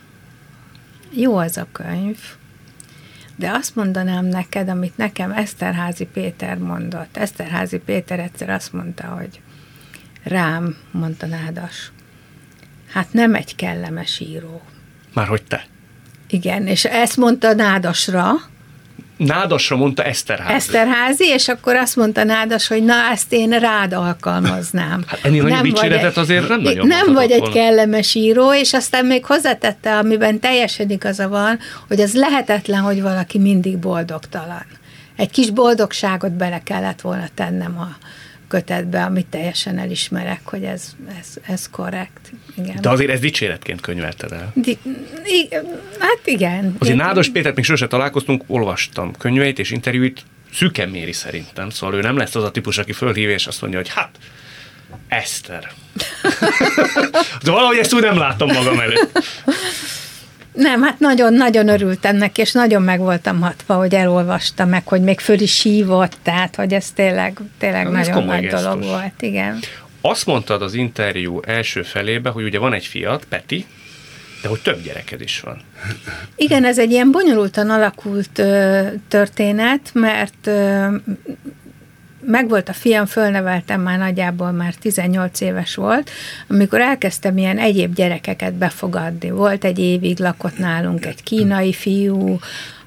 jó az a könyv, de azt mondanám neked, amit nekem Eszterházy Péter mondott. Eszterházy Péter egyszer azt mondta, hogy rám, mondta Nádas, hát nem egy kellemes író. Márhogy te. Igen, és ezt mondta Nádasra. Nádasra mondta Eszterházy. Eszterházy, és akkor azt mondta Nádas, hogy na, ezt én rád alkalmaznám. Hát ennél nagyobb dicséretet azért nem nagyon Nem vagy egy volna. kellemes író, és aztán még hozzátette, amiben teljesen igaza van, hogy az lehetetlen, hogy valaki mindig boldogtalan. Egy kis boldogságot bele kellett volna tennem a kötetbe, amit teljesen elismerek, hogy ez, ez, ez korrekt. Igen. De azért ez dicséretként könyvelted el. Di, i, hát igen. Azért igen. Nádas Pétert még sose találkoztunk, olvastam könyveit és interjúit, szűken méri szerintem, szóval ő nem lesz az a típus, aki fölhív és azt mondja, hogy hát, Eszter. De valahogy ezt úgy nem látom magam előtt. Nem, hát nagyon-nagyon örültem neki, és nagyon meg voltam hatva, hogy elolvasta meg, hogy még föl is hívott, tehát, hogy ez tényleg, tényleg ez nagyon komoly nagy gesztus. dolog volt, igen. Azt mondtad az interjú első felébe, hogy ugye van egy fiad, Peti, de hogy több gyereked is van. Igen, ez egy ilyen bonyolultan alakult ö, történet, mert ö, megvolt a fiam, fölneveltem már nagyjából, már tizennyolc éves volt, amikor elkezdtem ilyen egyéb gyerekeket befogadni. Volt egy évig, lakott nálunk egy kínai fiú,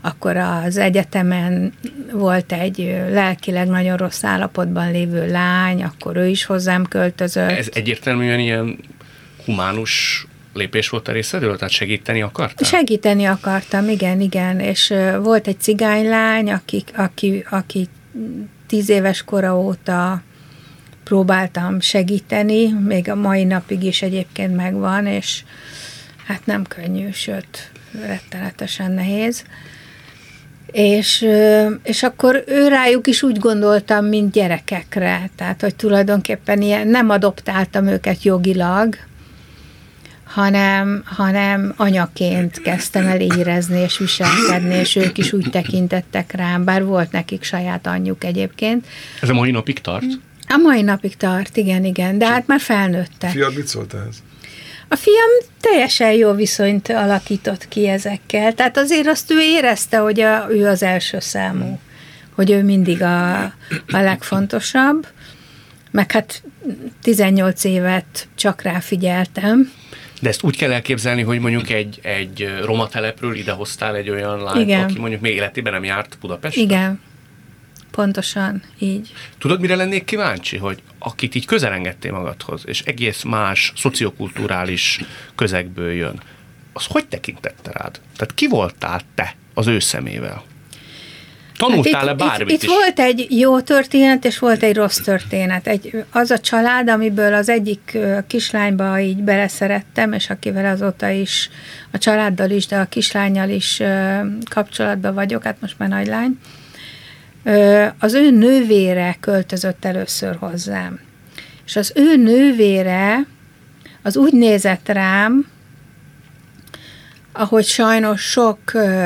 akkor az egyetemen volt egy lelkileg nagyon rossz állapotban lévő lány, akkor ő is hozzám költözött. Ez egyértelműen ilyen humánus lépés volt a részedről? Tehát segíteni akartál? Segíteni akartam, igen, igen. És volt egy cigánylány, aki, aki, aki tíz éves kora óta próbáltam segíteni, még a mai napig is egyébként megvan, és hát nem könnyű, sőt, rettenetesen nehéz. És, és akkor ő rájuk is úgy gondoltam, mint gyerekekre, tehát, hogy tulajdonképpen ilyen, nem adoptáltam őket jogilag, hanem, hanem anyaként kezdtem el érezni és viselkedni, és ők is úgy tekintettek rám, bár volt nekik saját anyjuk egyébként. Ez a mai napig tart? A mai napig tart, igen, igen, de hát már felnőttek. Fiad mit szólt ehhez? A fiam teljesen jó viszonyt alakított ki ezekkel, tehát azért azt ő érezte, hogy a, ő az első számú, hmm. hogy ő mindig a, a legfontosabb, meg hát tizennyolc évet csak rá figyeltem. De ezt úgy kell elképzelni, hogy mondjuk egy, egy roma telepről idehoztál egy olyan lányt, igen. aki mondjuk még életében nem járt Budapesten? Igen, pontosan így. Tudod, mire lennék kíváncsi, hogy akit így közel engedtél magadhoz, és egész más szociokulturális közegből jön, az hogy tekintette rád? Tehát ki voltál te az ő szemével? Tanultál-e hát bármit itt, is? Itt volt egy jó történet, és volt egy rossz történet. Egy, az a család, amiből az egyik kislányba így beleszerettem, és akivel azóta is, a családdal is, de a kislánnyal is kapcsolatban vagyok, hát most már nagylány, az ő nővére költözött először hozzám. És az ő nővére az úgy nézett rám, ahogy sajnos sok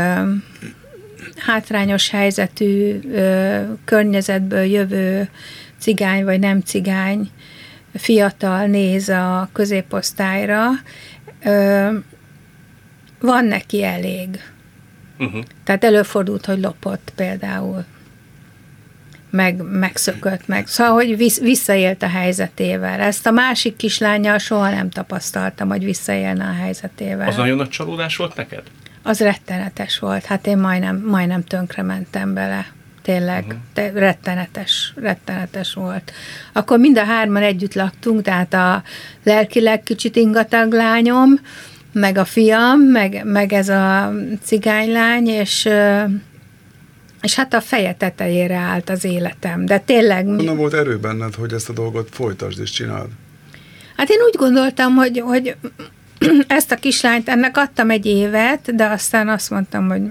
hátrányos helyzetű ö, környezetből jövő cigány vagy nem cigány fiatal néz a középosztályra, ö, van neki elég. Uh-huh. Tehát előfordult, hogy lopott például, meg megszökött meg. Szóval, hogy visz, visszaélt a helyzetével. Ezt a másik kislánnyal soha nem tapasztaltam, hogy visszaélne a helyzetével. Az nagyon nagy csalódás volt neked? Az rettenetes volt. Hát én majdnem, majdnem tönkre mentem bele. Tényleg. Uh-huh. De rettenetes, rettenetes volt. Akkor mind a hárman együtt laktunk, tehát a lelkileg kicsit ingatag lányom, meg a fiam, meg, meg ez a cigánylány, és, és hát a feje tetejére állt az életem. De tényleg... Honnan volt erő benned, hogy ezt a dolgot folytasd és csináld? Hát én úgy gondoltam, hogy, hogy ezt a kislányt, ennek adtam egy évet, de aztán azt mondtam, hogy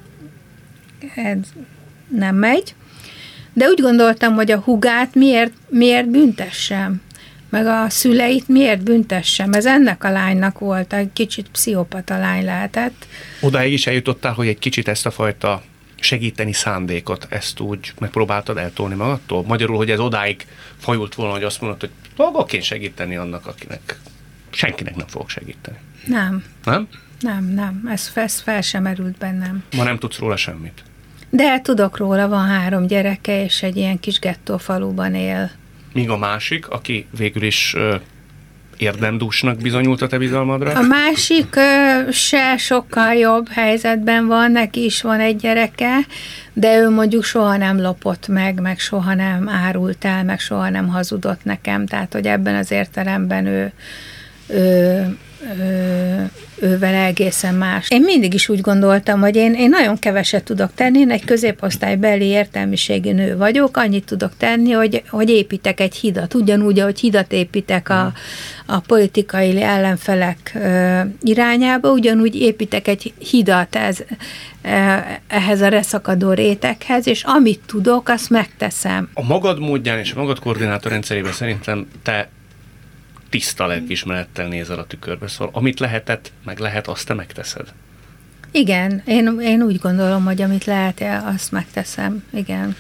ez nem megy. De úgy gondoltam, hogy a hugát miért, miért büntessem, meg a szüleit miért büntessem. Ez ennek a lánynak volt, egy kicsit pszichopata lány lehetett. Odáig is eljutottál, hogy egy kicsit ezt a fajta segíteni szándékot, ezt úgy megpróbáltad eltolni magadtól? Magyarul, hogy ez odáig fajult volna, hogy azt mondod, hogy fogok én segíteni annak, akinek senkinek nem fogok segíteni. Nem. Nem? Nem, nem. Ez, ez fel sem merült bennem. Ma nem tudsz róla semmit? De tudok róla, van három gyereke, és egy ilyen kis gettófaluban él. Míg a másik, aki végül is ö, érdemdúsnak bizonyult a te bizalmadra? A másik ö, se sokkal jobb helyzetben van, neki is van egy gyereke, de ő mondjuk soha nem lopott meg, meg soha nem árult el, meg soha nem hazudott nekem, tehát hogy ebben az értelemben ő Ö, ö, ővel egészen más. Én mindig is úgy gondoltam, hogy én, én nagyon keveset tudok tenni, én egy középosztálybeli értelmiségi nő vagyok, annyit tudok tenni, hogy, hogy építek egy hidat, ugyanúgy, ahogy hidat építek a, a politikai ellenfelek ö, irányába, ugyanúgy építek egy hidat ez, ehhez a reszakadó réteghez, és amit tudok, azt megteszem. A magad módján és a magad koordinátor rendszerében szerintem te tiszta lelkiismerettel nézel a tükörbe, szóval amit lehetett, meg lehet, azt te megteszed. Igen, én, én úgy gondolom, hogy amit lehet, azt megteszem, igen.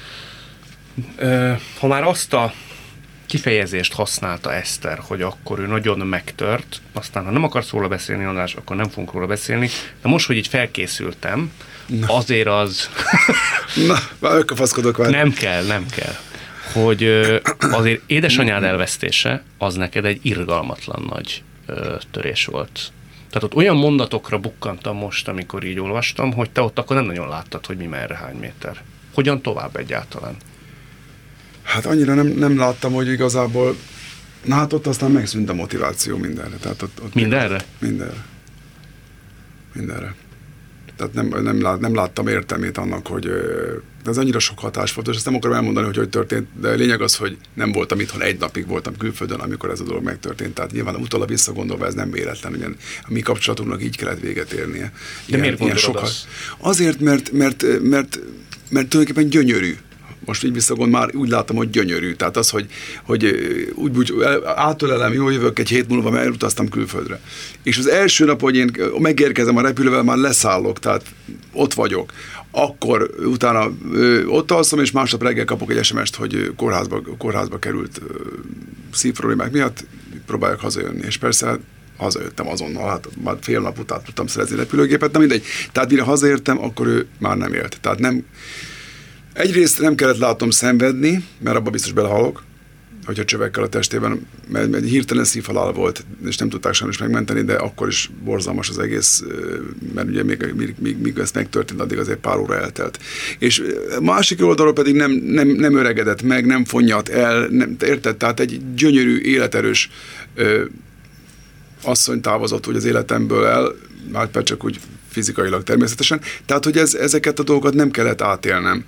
Ha már azt a kifejezést használta Eszter, hogy akkor ő nagyon megtört, aztán ha nem akarsz róla beszélni, András, akkor nem fogunk róla beszélni, de most, hogy így felkészültem, Na. azért az... Na, már ökafaszkodok vár. Nem kell, nem kell. Hogy azért édesanyád elvesztése, az neked egy irgalmatlan nagy törés volt. Tehát ott olyan mondatokra bukkantam most, amikor így olvastam, hogy te ott akkor nem nagyon láttad, hogy mi merre, hány méter. Hogyan tovább egyáltalán? Hát annyira nem, nem láttam, hogy igazából, na hát ott aztán megszűnt a motiváció mindenre. Tehát ott, ott mindenre? Mindenre. Mindenre. Tehát nem, nem, lát, nem láttam értelmét annak, hogy ez annyira sok hatás volt, és ezt nem akarom elmondani, hogy hogy történt, de a lényeg az, hogy nem voltam itthon, egy napig voltam külföldön, amikor ez a dolog megtörtént. Tehát nyilván utólag visszagondolva ez nem véletlen, ugye a mi kapcsolatunknak így kellett véget érnie. De ilyen, miért gondolod sokat... azt? Azért, mert, mert, mert, mert, mert tulajdonképpen gyönyörű. Most így visszagond, már úgy látom, hogy gyönyörű. Tehát az, hogy, hogy úgy, úgy átölelem, jól jövök egy hét múlva, mert elutaztam külföldre. És az első nap, hogy én megérkezem a repülővel, már leszállok, tehát ott vagyok. Akkor utána ö, ott alszom, és másnap reggel kapok egy es em est, hogy kórházba, kórházba került ö, szívproblémák miatt, próbáljak hazajönni. És persze hazajöttem azonnal, hát már fél nap után tudtam szerezni repülőgépet, nem mindegy. Tehát mire hazaértem, akkor ő már nem élt. Tehát nem... Egyrészt nem kellett látom szenvedni, mert abban biztos belehalok, hogyha csövekkel a testében, mert egy hirtelen szívhalál volt, és nem tudták sajnos megmenteni, de akkor is borzalmas az egész, mert ugye még, még, még, még ez megtörtént, addig azért pár óra eltelt. És másik oldalról pedig nem, nem, nem öregedett meg, nem fonnyat el, nem, érted? Tehát egy gyönyörű, életerős ö, asszony távozott úgy az életemből el, már csak úgy fizikailag természetesen. Tehát, hogy ez, ezeket a dolgokat nem kellett átélnem.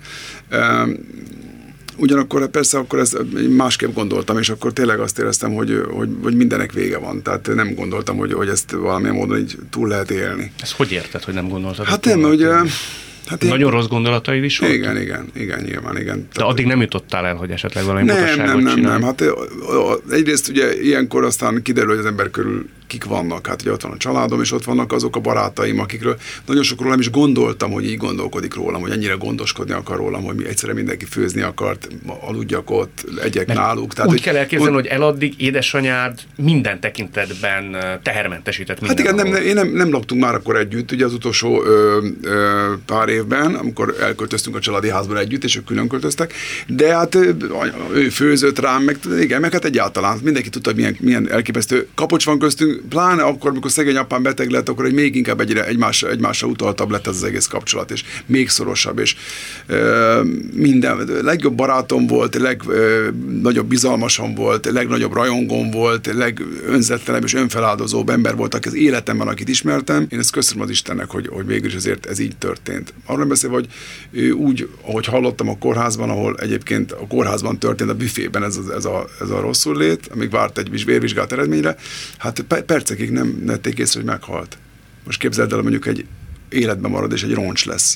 Ugyanakkor persze akkor ezt másképp gondoltam, és akkor tényleg azt éreztem, hogy, hogy, hogy mindenek vége van. Tehát nem gondoltam, hogy, hogy ezt valamilyen módon így túl lehet élni. Ezt hogy érted, hogy nem gondoltad? Hát nem, hogy... Hát nagyon ilyen... rossz gondolataid is volt? Igen, igen, igen, nyilván, igen. De Tehát, addig nem jutottál el, hogy esetleg valami nem, mutasságot nem, nem, csinálj? nem, hát egyrészt ugye ilyenkor aztán kiderül, hogy az ember körül kik vannak. Hát ugye ott van a családom, és ott vannak azok a barátaim, akikről nagyon sokról nem is gondoltam, hogy így gondolkodik rólam, hogy ennyire gondoskodni akar rólam, hogy egyszerre mindenki főzni akart, aludjak ott, egyek Mert náluk. Tehát, úgy hogy, kell elképzelni, hogy eladdig édesanyád minden tekintetben tehermentesített Hát igen, nem, én nem, nem laktunk már akkor együtt, ugye az utolsó ö, ö, pár évben, amikor elköltöztünk a családi házból együtt, és ők külön költöztek, de hát ő főzött rám, meg igen, meg hát egyáltalán mindenki tudta, hogy milyen, milyen elképesztő kapocs van köztünk, pláne akkor, amikor szegény apám beteg lett, akkor egy még inkább egyre egymásra, egymásra utaltabb lett az, az egész kapcsolat, és még szorosabb, és ö, minden, legjobb barátom volt, legnagyobb bizalmasom volt, legnagyobb rajongóm volt, legönzetlenebb és önfeláldozóbb ember volt, aki az életemben, akit ismertem. Én ezt köszönöm az Istennek, hogy, hogy végül is azért ez így történt. Arról nem beszélve, hogy úgy, ahogy hallottam a kórházban, ahol egyébként a kórházban történt, a büfében ez a, ez a, ez a rosszul lét, amíg várt egy vérvizsgálat eredményre, hát percekig nem vették észre, hogy meghalt. Most képzeld el, mondjuk egy életben marad, és egy roncs lesz.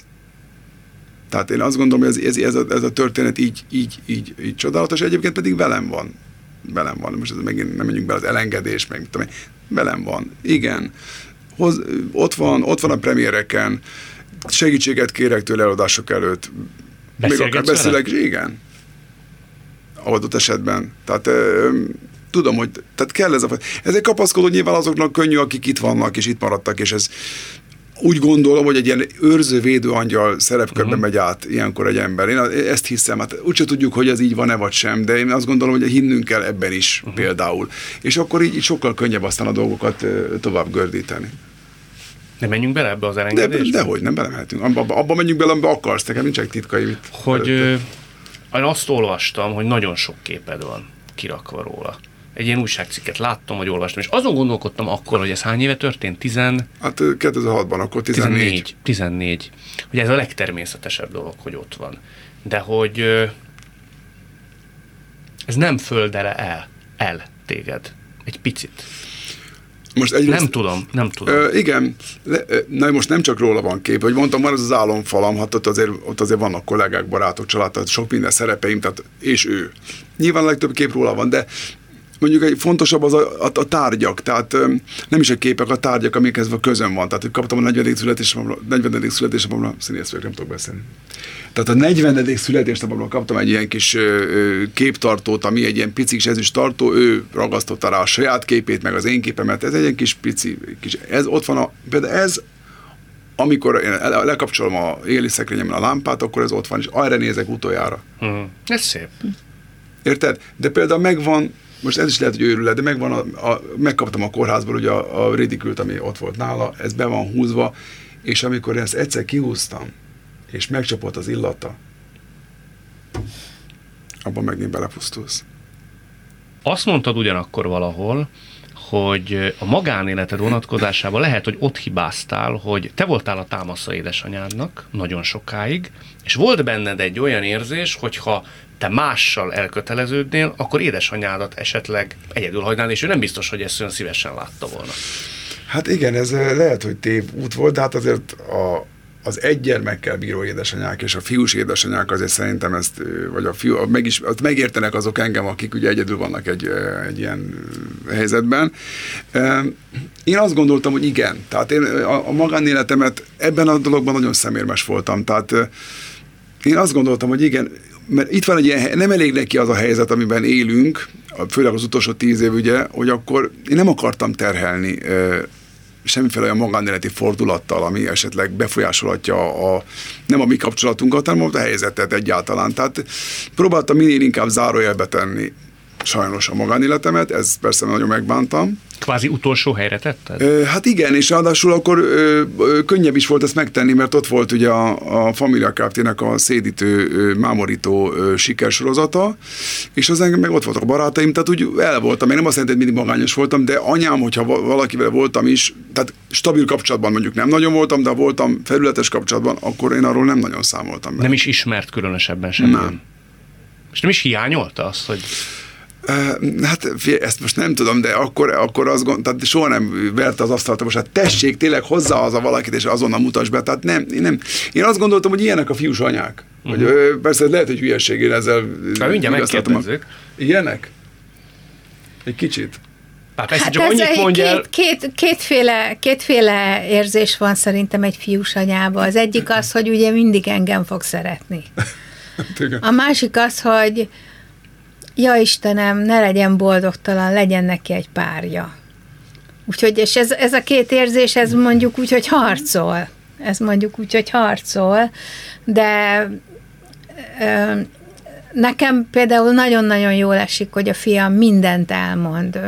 Tehát én azt gondolom, hogy ez, ez, ez, a, ez a történet így, így, így, így csodálatos, egyébként pedig velem van. Velem van. Most ez megint nem menjünk be az elengedés, meg tudom én. Velem van. Igen. Hoz, ott van, ott van a premiereken, segítséget kérek tőle előadások előtt. Még akár beszélek, igen. Adott esetben. Tehát ö, tudom, hogy tehát kell ez a... Ez egy kapaszkodó, nyilván azoknak könnyű, akik itt vannak, és itt maradtak, és ez úgy gondolom, hogy egy ilyen őrző, védő angyal szerepkörben uh-huh. megy át ilyenkor egy ember. Én ezt hiszem, hát úgyse tudjuk, hogy ez így van-e vagy sem, de én azt gondolom, hogy hinnünk kell ebben is uh-huh. például. És akkor így, így sokkal könnyebb aztán a dolgokat tovább gördíteni. Nem menjünk bele ebbe az elengedésbe? De, dehogy, nem belemehetünk. Abba, abba menjünk bele, amiben akarsz, nekem nincsenek titkai. Mit hogy ö, én azt olvastam, hogy nagyon sok képed van kirakva róla. Egy ilyen újságcikket láttam, vagy olvastam, és azon gondolkodtam akkor, hogy ez hány éve történt? Tizen... Hát kétezer-hatban, akkor tizennégy. tizennégy. tizennégy. Ugye ez a legtermészetesebb dolog, hogy ott van. De hogy ö, ez nem földele el, el téged. Egy picit. Most egyrészt, nem tudom, nem tudom. Ö, igen, le, na most nem csak róla van kép, hogy mondtam, van az az álomfalam, hát ott azért, ott azért vannak kollégák, barátok, család, tehát sok minden szerepeim, tehát, és ő. Nyilván a legtöbb kép róla van, de mondjuk egy fontosabb az a, a, a tárgyak, tehát öm, nem is a képek, a tárgyak, amikhez a közön van. Tehát, hogy kaptam a negyvenedik születésnapomra, negyvenedik születésnapomra, színész vagyok, nem tudok beszélni. Tehát a negyvenedik születésnapomra kaptam egy ilyen kis ö, ö, képtartót, ami egy ilyen pici kis ezüst tartó, ő ragasztotta rá a saját képét, meg az én képemet. Ez egy ilyen kis pici, kis, ez ott van a, például ez, amikor én lekapcsolom a éli szekrényemben a lámpát, akkor ez ott van, és arra nézek utoljára. Hmm. Ez szép. Érted? De például megvan most ez is lehet, hogy őrület, de megvan a, a, megkaptam a kórházból ugye a, a ridikült, ami ott volt nála, ez be van húzva, és amikor ezt egyszer kihúztam, és megcsapott az illata, abban megint belepusztulsz. Azt mondtad ugyanakkor valahol, hogy a magánéleted vonatkozásában lehet, hogy ott hibáztál, hogy te voltál a támasza édesanyádnak nagyon sokáig, és volt benned egy olyan érzés, hogyha te mással elköteleződnél, akkor édesanyádat esetleg egyedül hagynád, és ő nem biztos, hogy ezt olyan szívesen látta volna. Hát igen, ez lehet, hogy tévút volt, de hát azért a, az egy gyermekkel bíró édesanyák és a fiús édesanyák azért szerintem ezt, vagy a fiú, meg is, megértenek azok engem, akik ugye egyedül vannak egy, egy ilyen helyzetben. Én azt gondoltam, hogy igen, tehát én a, a magánéletemet ebben a dologban nagyon szemérmes voltam, tehát én azt gondoltam, hogy igen, mert itt van egy ilyen, nem elég neki az a helyzet, amiben élünk, főleg az utolsó tíz év, ugye, hogy akkor én nem akartam terhelni semmiféle olyan magánéleti fordulattal, ami esetleg befolyásolhatja a, nem a mi kapcsolatunkat, hanem a helyzetet egyáltalán. Tehát próbáltam minél inkább zárójelbe tenni sajnos a magánéletemet, ez persze nagyon megbántam. Kvázi utolsó helyre tetted? Hát igen, és ráadásul akkor ö, ö, könnyebb is volt ezt megtenni, mert ott volt ugye a, a Familia Kft-nek a szédítő, ö, mámorító ö, sikersorozata, és az engem meg ott voltak a barátaim, tehát úgy el voltam, én nem azt jelenti, hogy mindig magányos voltam, de anyám, hogyha valakivel voltam is, tehát stabil kapcsolatban mondjuk nem nagyon voltam, de ha voltam felületes kapcsolatban, akkor én arról nem nagyon számoltam be. Nem is ismert különösebben sem. Nem. És nem is hiányolta azt, hogy... Hát ezt most nem tudom, de akkor, akkor azt gondolom, tehát soha nem verte az asztalt, most hát tessék, tényleg hozzá az a valakit, és azonnal mutass be, tehát nem, én nem. Én azt gondoltam, hogy ilyenek a fiús anyák. Uh-huh. Hogy, persze lehet, hogy hülyeség, én ezzel... Hát mindjárt megkérdezzük. Ilyenek? Egy kicsit. Hát, hát csak annyit mondja el... két, két, kétféle, kétféle érzés van szerintem egy fiús anyában. Az egyik az, hogy ugye mindig engem fog szeretni. A másik az, hogy ja Istenem, ne legyen boldogtalan, legyen neki egy párja. Úgyhogy, és ez, ez a két érzés, ez mondjuk úgy, hogy harcol. Ez mondjuk úgy, hogy harcol, de ö, nekem például nagyon-nagyon jól esik, hogy a fiam mindent elmond.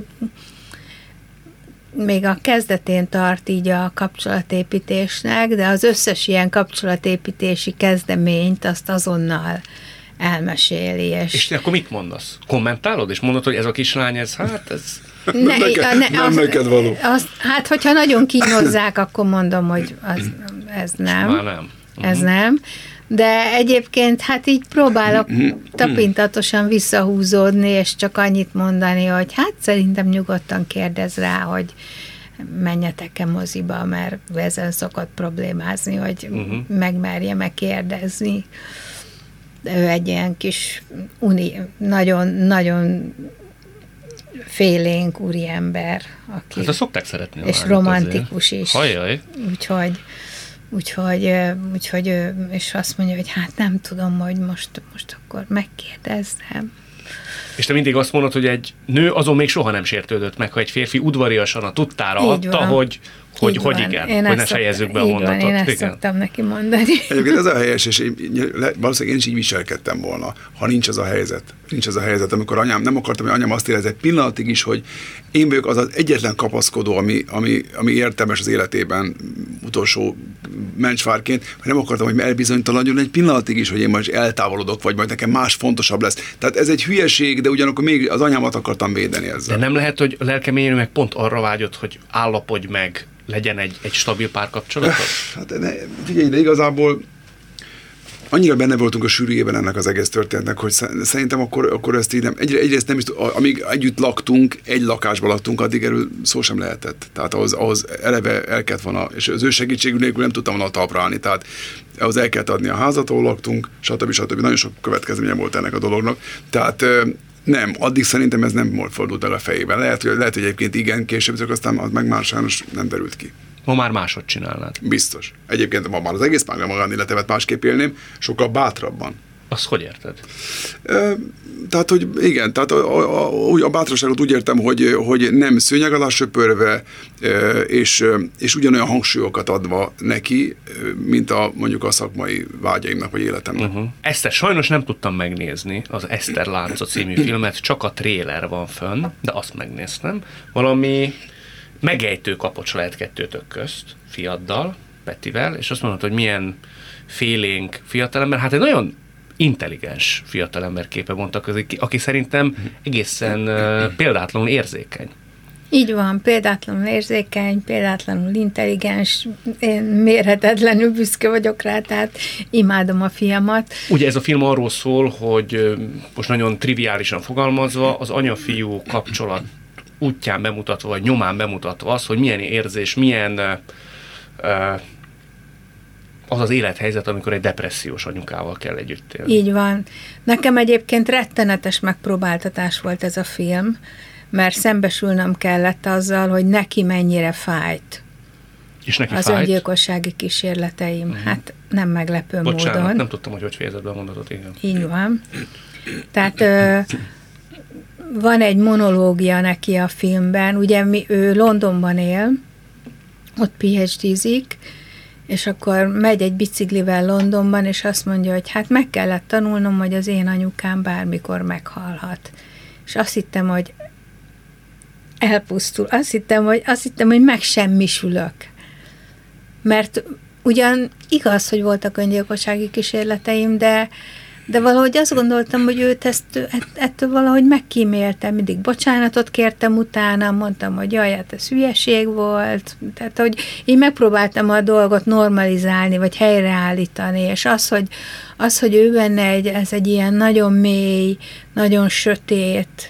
Még a kezdetén tart így a kapcsolatépítésnek, de az összes ilyen kapcsolatépítési kezdeményt azt azonnal elmeséli. És, és te akkor mit mondasz? Kommentálod, és mondod, hogy ez a kislány, ez hát, ez... Ne, nem neked, ne, nem az, neked való. Az, hát, hogyha nagyon kínozzák, akkor mondom, hogy az, ez nem. Már nem. Ez uh-huh. nem. De egyébként hát így próbálok tapintatosan visszahúzódni, és csak annyit mondani, hogy hát szerintem nyugodtan kérdez rá, hogy menjetek-e moziba, mert ezen szokott problémázni, hogy uh-huh. megmerje megkérdezni. Ő egy ilyen kis uni, nagyon-nagyon félénk úriember, aki... Hát szokták szeretni. És romantikus azért is. Hajjaj. Úgyhogy, úgyhogy, úgyhogy, és azt mondja, hogy hát nem tudom, hogy most, most akkor megkérdezem. És te mindig azt mondod, hogy egy nő azon még soha nem sértődött meg, ha egy férfi udvariasan a tudtára így adta, van. hogy, hogy, hogy van. igen, én hogy ne fejezzük be a mondatot. Van, én ezt igen. szoktam neki mondani. Egyébként ez a helyes, és én, valószínűleg én is így viselkedtem volna, ha nincs az a helyzet. Nincs az a helyzet, amikor anyám, nem akartam, hogy anyám azt érezze egy pillanatig is, hogy én vagyok az az egyetlen kapaszkodó, ami, ami, ami értelmes az életében utolsó mencsvárként, hogy nem akartam, hogy elbizonytalanodjon egy pillanatig is, hogy én majd eltávolodok, vagy majd nekem más fontosabb lesz. Tehát ez egy hülyeség, de ugyanakkor még az anyámat akartam védeni ezzel. De nem lehet, hogy a lelkeményű meg pont arra vágyott, hogy állapodj meg, legyen egy, egy stabil párkapcsolat? Hát ne, figyelj, de igazából annyira benne voltunk a sűrűjében ennek az egész történetnek, hogy szerintem akkor, akkor ezt így nem, egyre, egyrészt nem is, amíg együtt laktunk, egy lakásban laktunk, addig erről szó sem lehetett. Tehát ahhoz, ahhoz eleve el kellett volna, és az ő segítségük nélkül nem tudtam volna talpra állni, tehát ahhoz el kellett adni a házat, ahol laktunk, stb. stb. Nagyon sok következménye volt ennek a dolognak. Tehát nem, addig szerintem ez nem fordult el a fejében. Lehet, hogy, lehet, hogy egyébként igen, később, aztán az meg már sajnos nem derült ki. Ma már máshogy csinálnád. Biztos. Egyébként ma már az egész magánéletemet másképp élném, sokkal bátrabban. Azt hogy érted? E, tehát, hogy igen, tehát a, a, a, a bátorságot úgy értem, hogy, hogy nem szőnyeg alá söpörve, és, és ugyanolyan hangsúlyokat adva neki, mint a mondjuk a szakmai vágyaimnak, vagy életemnek. Uh-huh. Eszter, sajnos nem tudtam megnézni az Eszter Lánca című filmet, csak a tréler van fönn, de azt megnéztem. Valami megejtő kapocs lehet kettőtök közt, fiaddal, Petivel, és azt mondod, hogy milyen félénk fiatalember, hát egy nagyon intelligens fiatalember képe mondtak, aki szerintem egészen uh, példátlanul érzékeny. Így van, példátlanul érzékeny, példátlanul intelligens, én mérhetetlenül büszke vagyok rá, tehát imádom a fiamat. Ugye ez a film arról szól, hogy most nagyon triviálisan fogalmazva, az anya-fiú kapcsolat útján bemutatva, vagy nyomán bemutatva az, hogy milyen érzés, milyen uh, uh, az az élethelyzet, amikor egy depressziós anyukával kell együtt élni. Így van. Nekem egyébként rettenetes megpróbáltatás volt ez a film, mert szembesülnöm kellett azzal, hogy neki mennyire fájt. És neki az fájt? öngyilkossági kísérleteim. Uh-huh. Hát nem meglepő Bocsánat, módon. nem tudtam, hogy hogy fejezed be a mondatot, igen. Így van. Tehát ö, van egy monológia neki a filmben, ugye mi, ő Londonban él, ott pé há dé-zik, és akkor megy egy biciklivel Londonban, és azt mondja, hogy hát meg kellett tanulnom, hogy az én anyukám bármikor meghalhat. És azt hittem, hogy elpusztul. Azt hittem, hogy, azt hittem, hogy megsemmisülök. Mert ugyan igaz, hogy voltak öngyilkossági kísérleteim, de, de valahogy azt gondoltam, hogy őt ezt, ettől valahogy megkíméltem. Mindig bocsánatot kértem utána, mondtam, hogy jaj, hát ez hülyeség volt. Tehát, hogy én megpróbáltam a dolgot normalizálni, vagy helyreállítani, és az, hogy, az, hogy ő benne egy, ez egy ilyen nagyon mély, nagyon sötét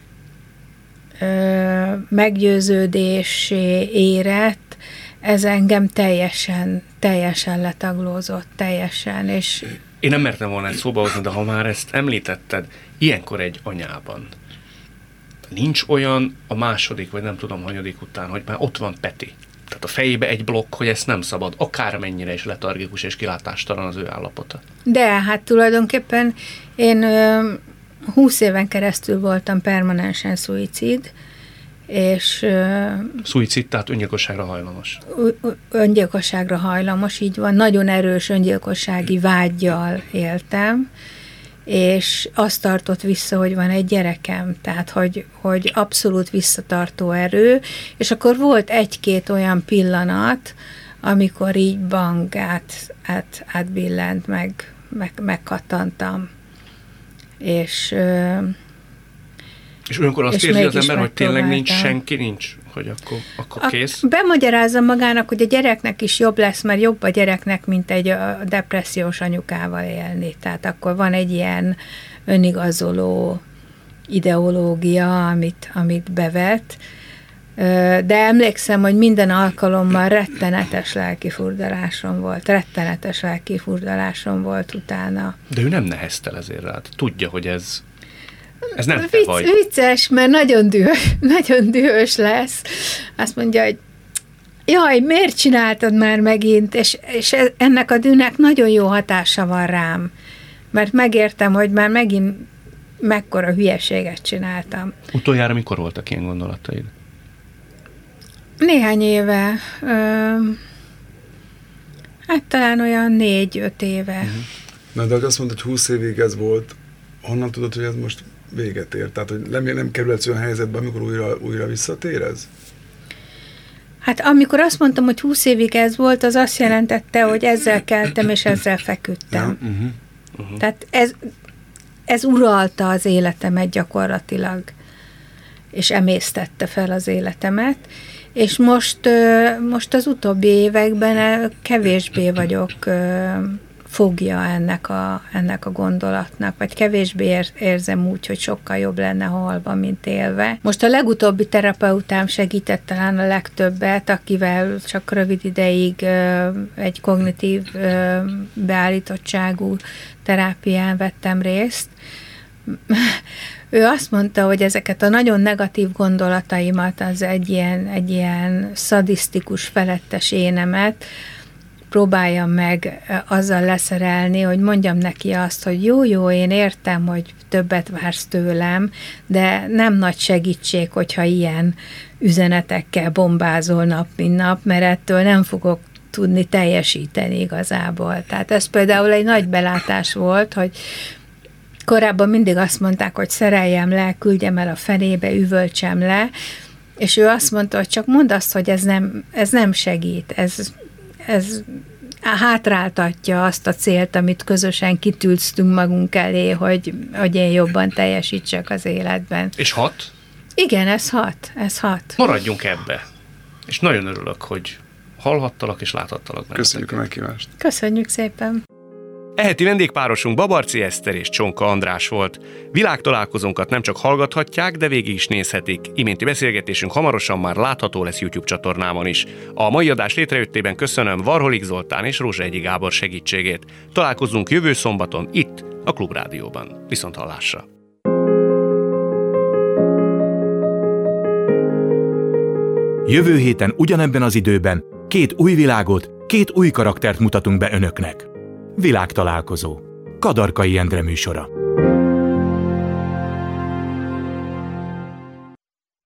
ö, meggyőződésé érett, ez engem teljesen, teljesen letaglózott, teljesen, és én nem mertem volna egy szóba hozni, de ha már ezt említetted, ilyenkor egy anyában nincs olyan a második, vagy nem tudom, hanyadik után, hogy már ott van Peti. Tehát a fejébe egy blokk, hogy ezt nem szabad, akármennyire is letargikus és kilátástalan az ő állapota. De hát tulajdonképpen én ö, húsz éven keresztül voltam permanensen szuicid, és ö, szuicid, tehát öngyilkosságra hajlamos. Öngyilkosságra hajlamos, így van. Nagyon erős öngyilkossági vággyal éltem, és azt tartott vissza, hogy van egy gyerekem, tehát hogy, hogy abszolút visszatartó erő, és akkor volt egy-két olyan pillanat, amikor így bang, át, át, átbillent, meg, meg, megkattantam. És És olyankor azt és érzi az ember, hogy tényleg nincs senki, nincs, hogy akkor, akkor kész. A, bemagyarázza magának, hogy a gyereknek is jobb lesz, mert jobb a gyereknek, mint egy a depressziós anyukával élni. Tehát akkor van egy ilyen önigazoló ideológia, amit, amit bevet. De emlékszem, hogy minden alkalommal rettenetes lelkifurdalásom volt. Rettenetes lelkifurdalásom volt utána. De ő nem neheztel ezért rád. Tudja, hogy ez... Ez nem te Vicc, vagy. Vicces, mert nagyon dühös, nagyon dühös lesz. Azt mondja, hogy jaj, miért csináltad már megint? És, és ennek a dűnek nagyon jó hatása van rám. Mert megértem, hogy már megint mekkora hülyeséget csináltam. Utoljára mikor voltak ilyen gondolataid? Néhány éve. Ö, hát talán olyan négy-öt éve. Uh-huh. Na, de azt mondtad, hogy húsz évig ez volt. Honnan tudod, hogy ez most véget ér? Tehát, hogy nem, nem kerülhetsz olyan helyzetbe, amikor újra, újra visszatér ez? Hát amikor azt mondtam, hogy húsz évig ez volt, az azt jelentette, hogy ezzel keltem, és ezzel feküdtem. Ja, uh-huh, uh-huh. Tehát ez, ez uralta az életemet gyakorlatilag, és emésztette fel az életemet, és most, most az utóbbi években kevésbé vagyok fogja ennek a, ennek a gondolatnak, vagy kevésbé ér, érzem úgy, hogy sokkal jobb lenne halva, mint élve. Most a legutóbbi terapeutám segített talán a legtöbbet, akivel csak rövid ideig ö, egy kognitív ö, beállítottságú terápián vettem részt. Ő azt mondta, hogy ezeket a nagyon negatív gondolataimat, az egy ilyen, egy ilyen szadisztikus, felettes énemet, próbáljam meg azzal leszerelni, hogy mondjam neki azt, hogy jó, jó, én értem, hogy többet vársz tőlem, de nem nagy segítség, hogyha ilyen üzenetekkel bombázol nap, mint nap, mert ettől nem fogok tudni teljesíteni igazából. Tehát ez például egy nagy belátás volt, hogy korábban mindig azt mondták, hogy szereljem le, küldjem el a fenébe, üvöltsem le, és ő azt mondta, hogy csak mondd azt, hogy ez nem, ez nem segít, ez, ez hátráltatja azt a célt, amit közösen kitűztünk magunk elé, hogy, hogy én jobban teljesítsek az életben. És hat? Igen, ez hat, ez hat. Maradjunk ebbe. És nagyon örülök, hogy hallhattalak és láthattalak. Köszönjük a meghívást. Köszönjük szépen. Eheti vendégpárosunk Babarczy Eszter és Csonka András volt. Világtalálkozónkat nem csak hallgathatják, de végig is nézhetik. Iménti beszélgetésünk hamarosan már látható lesz YouTube csatornámon is. A mai adás létrejöttében köszönöm Varholik Zoltán és Rózsaegyi Gábor segítségét. Találkozunk jövő szombaton itt, a Klubrádióban. Viszont hallásra! Jövő héten ugyanebben az időben két új világot, két új karaktert mutatunk be önöknek. Világtalálkozó. Kadarkai Endre műsora.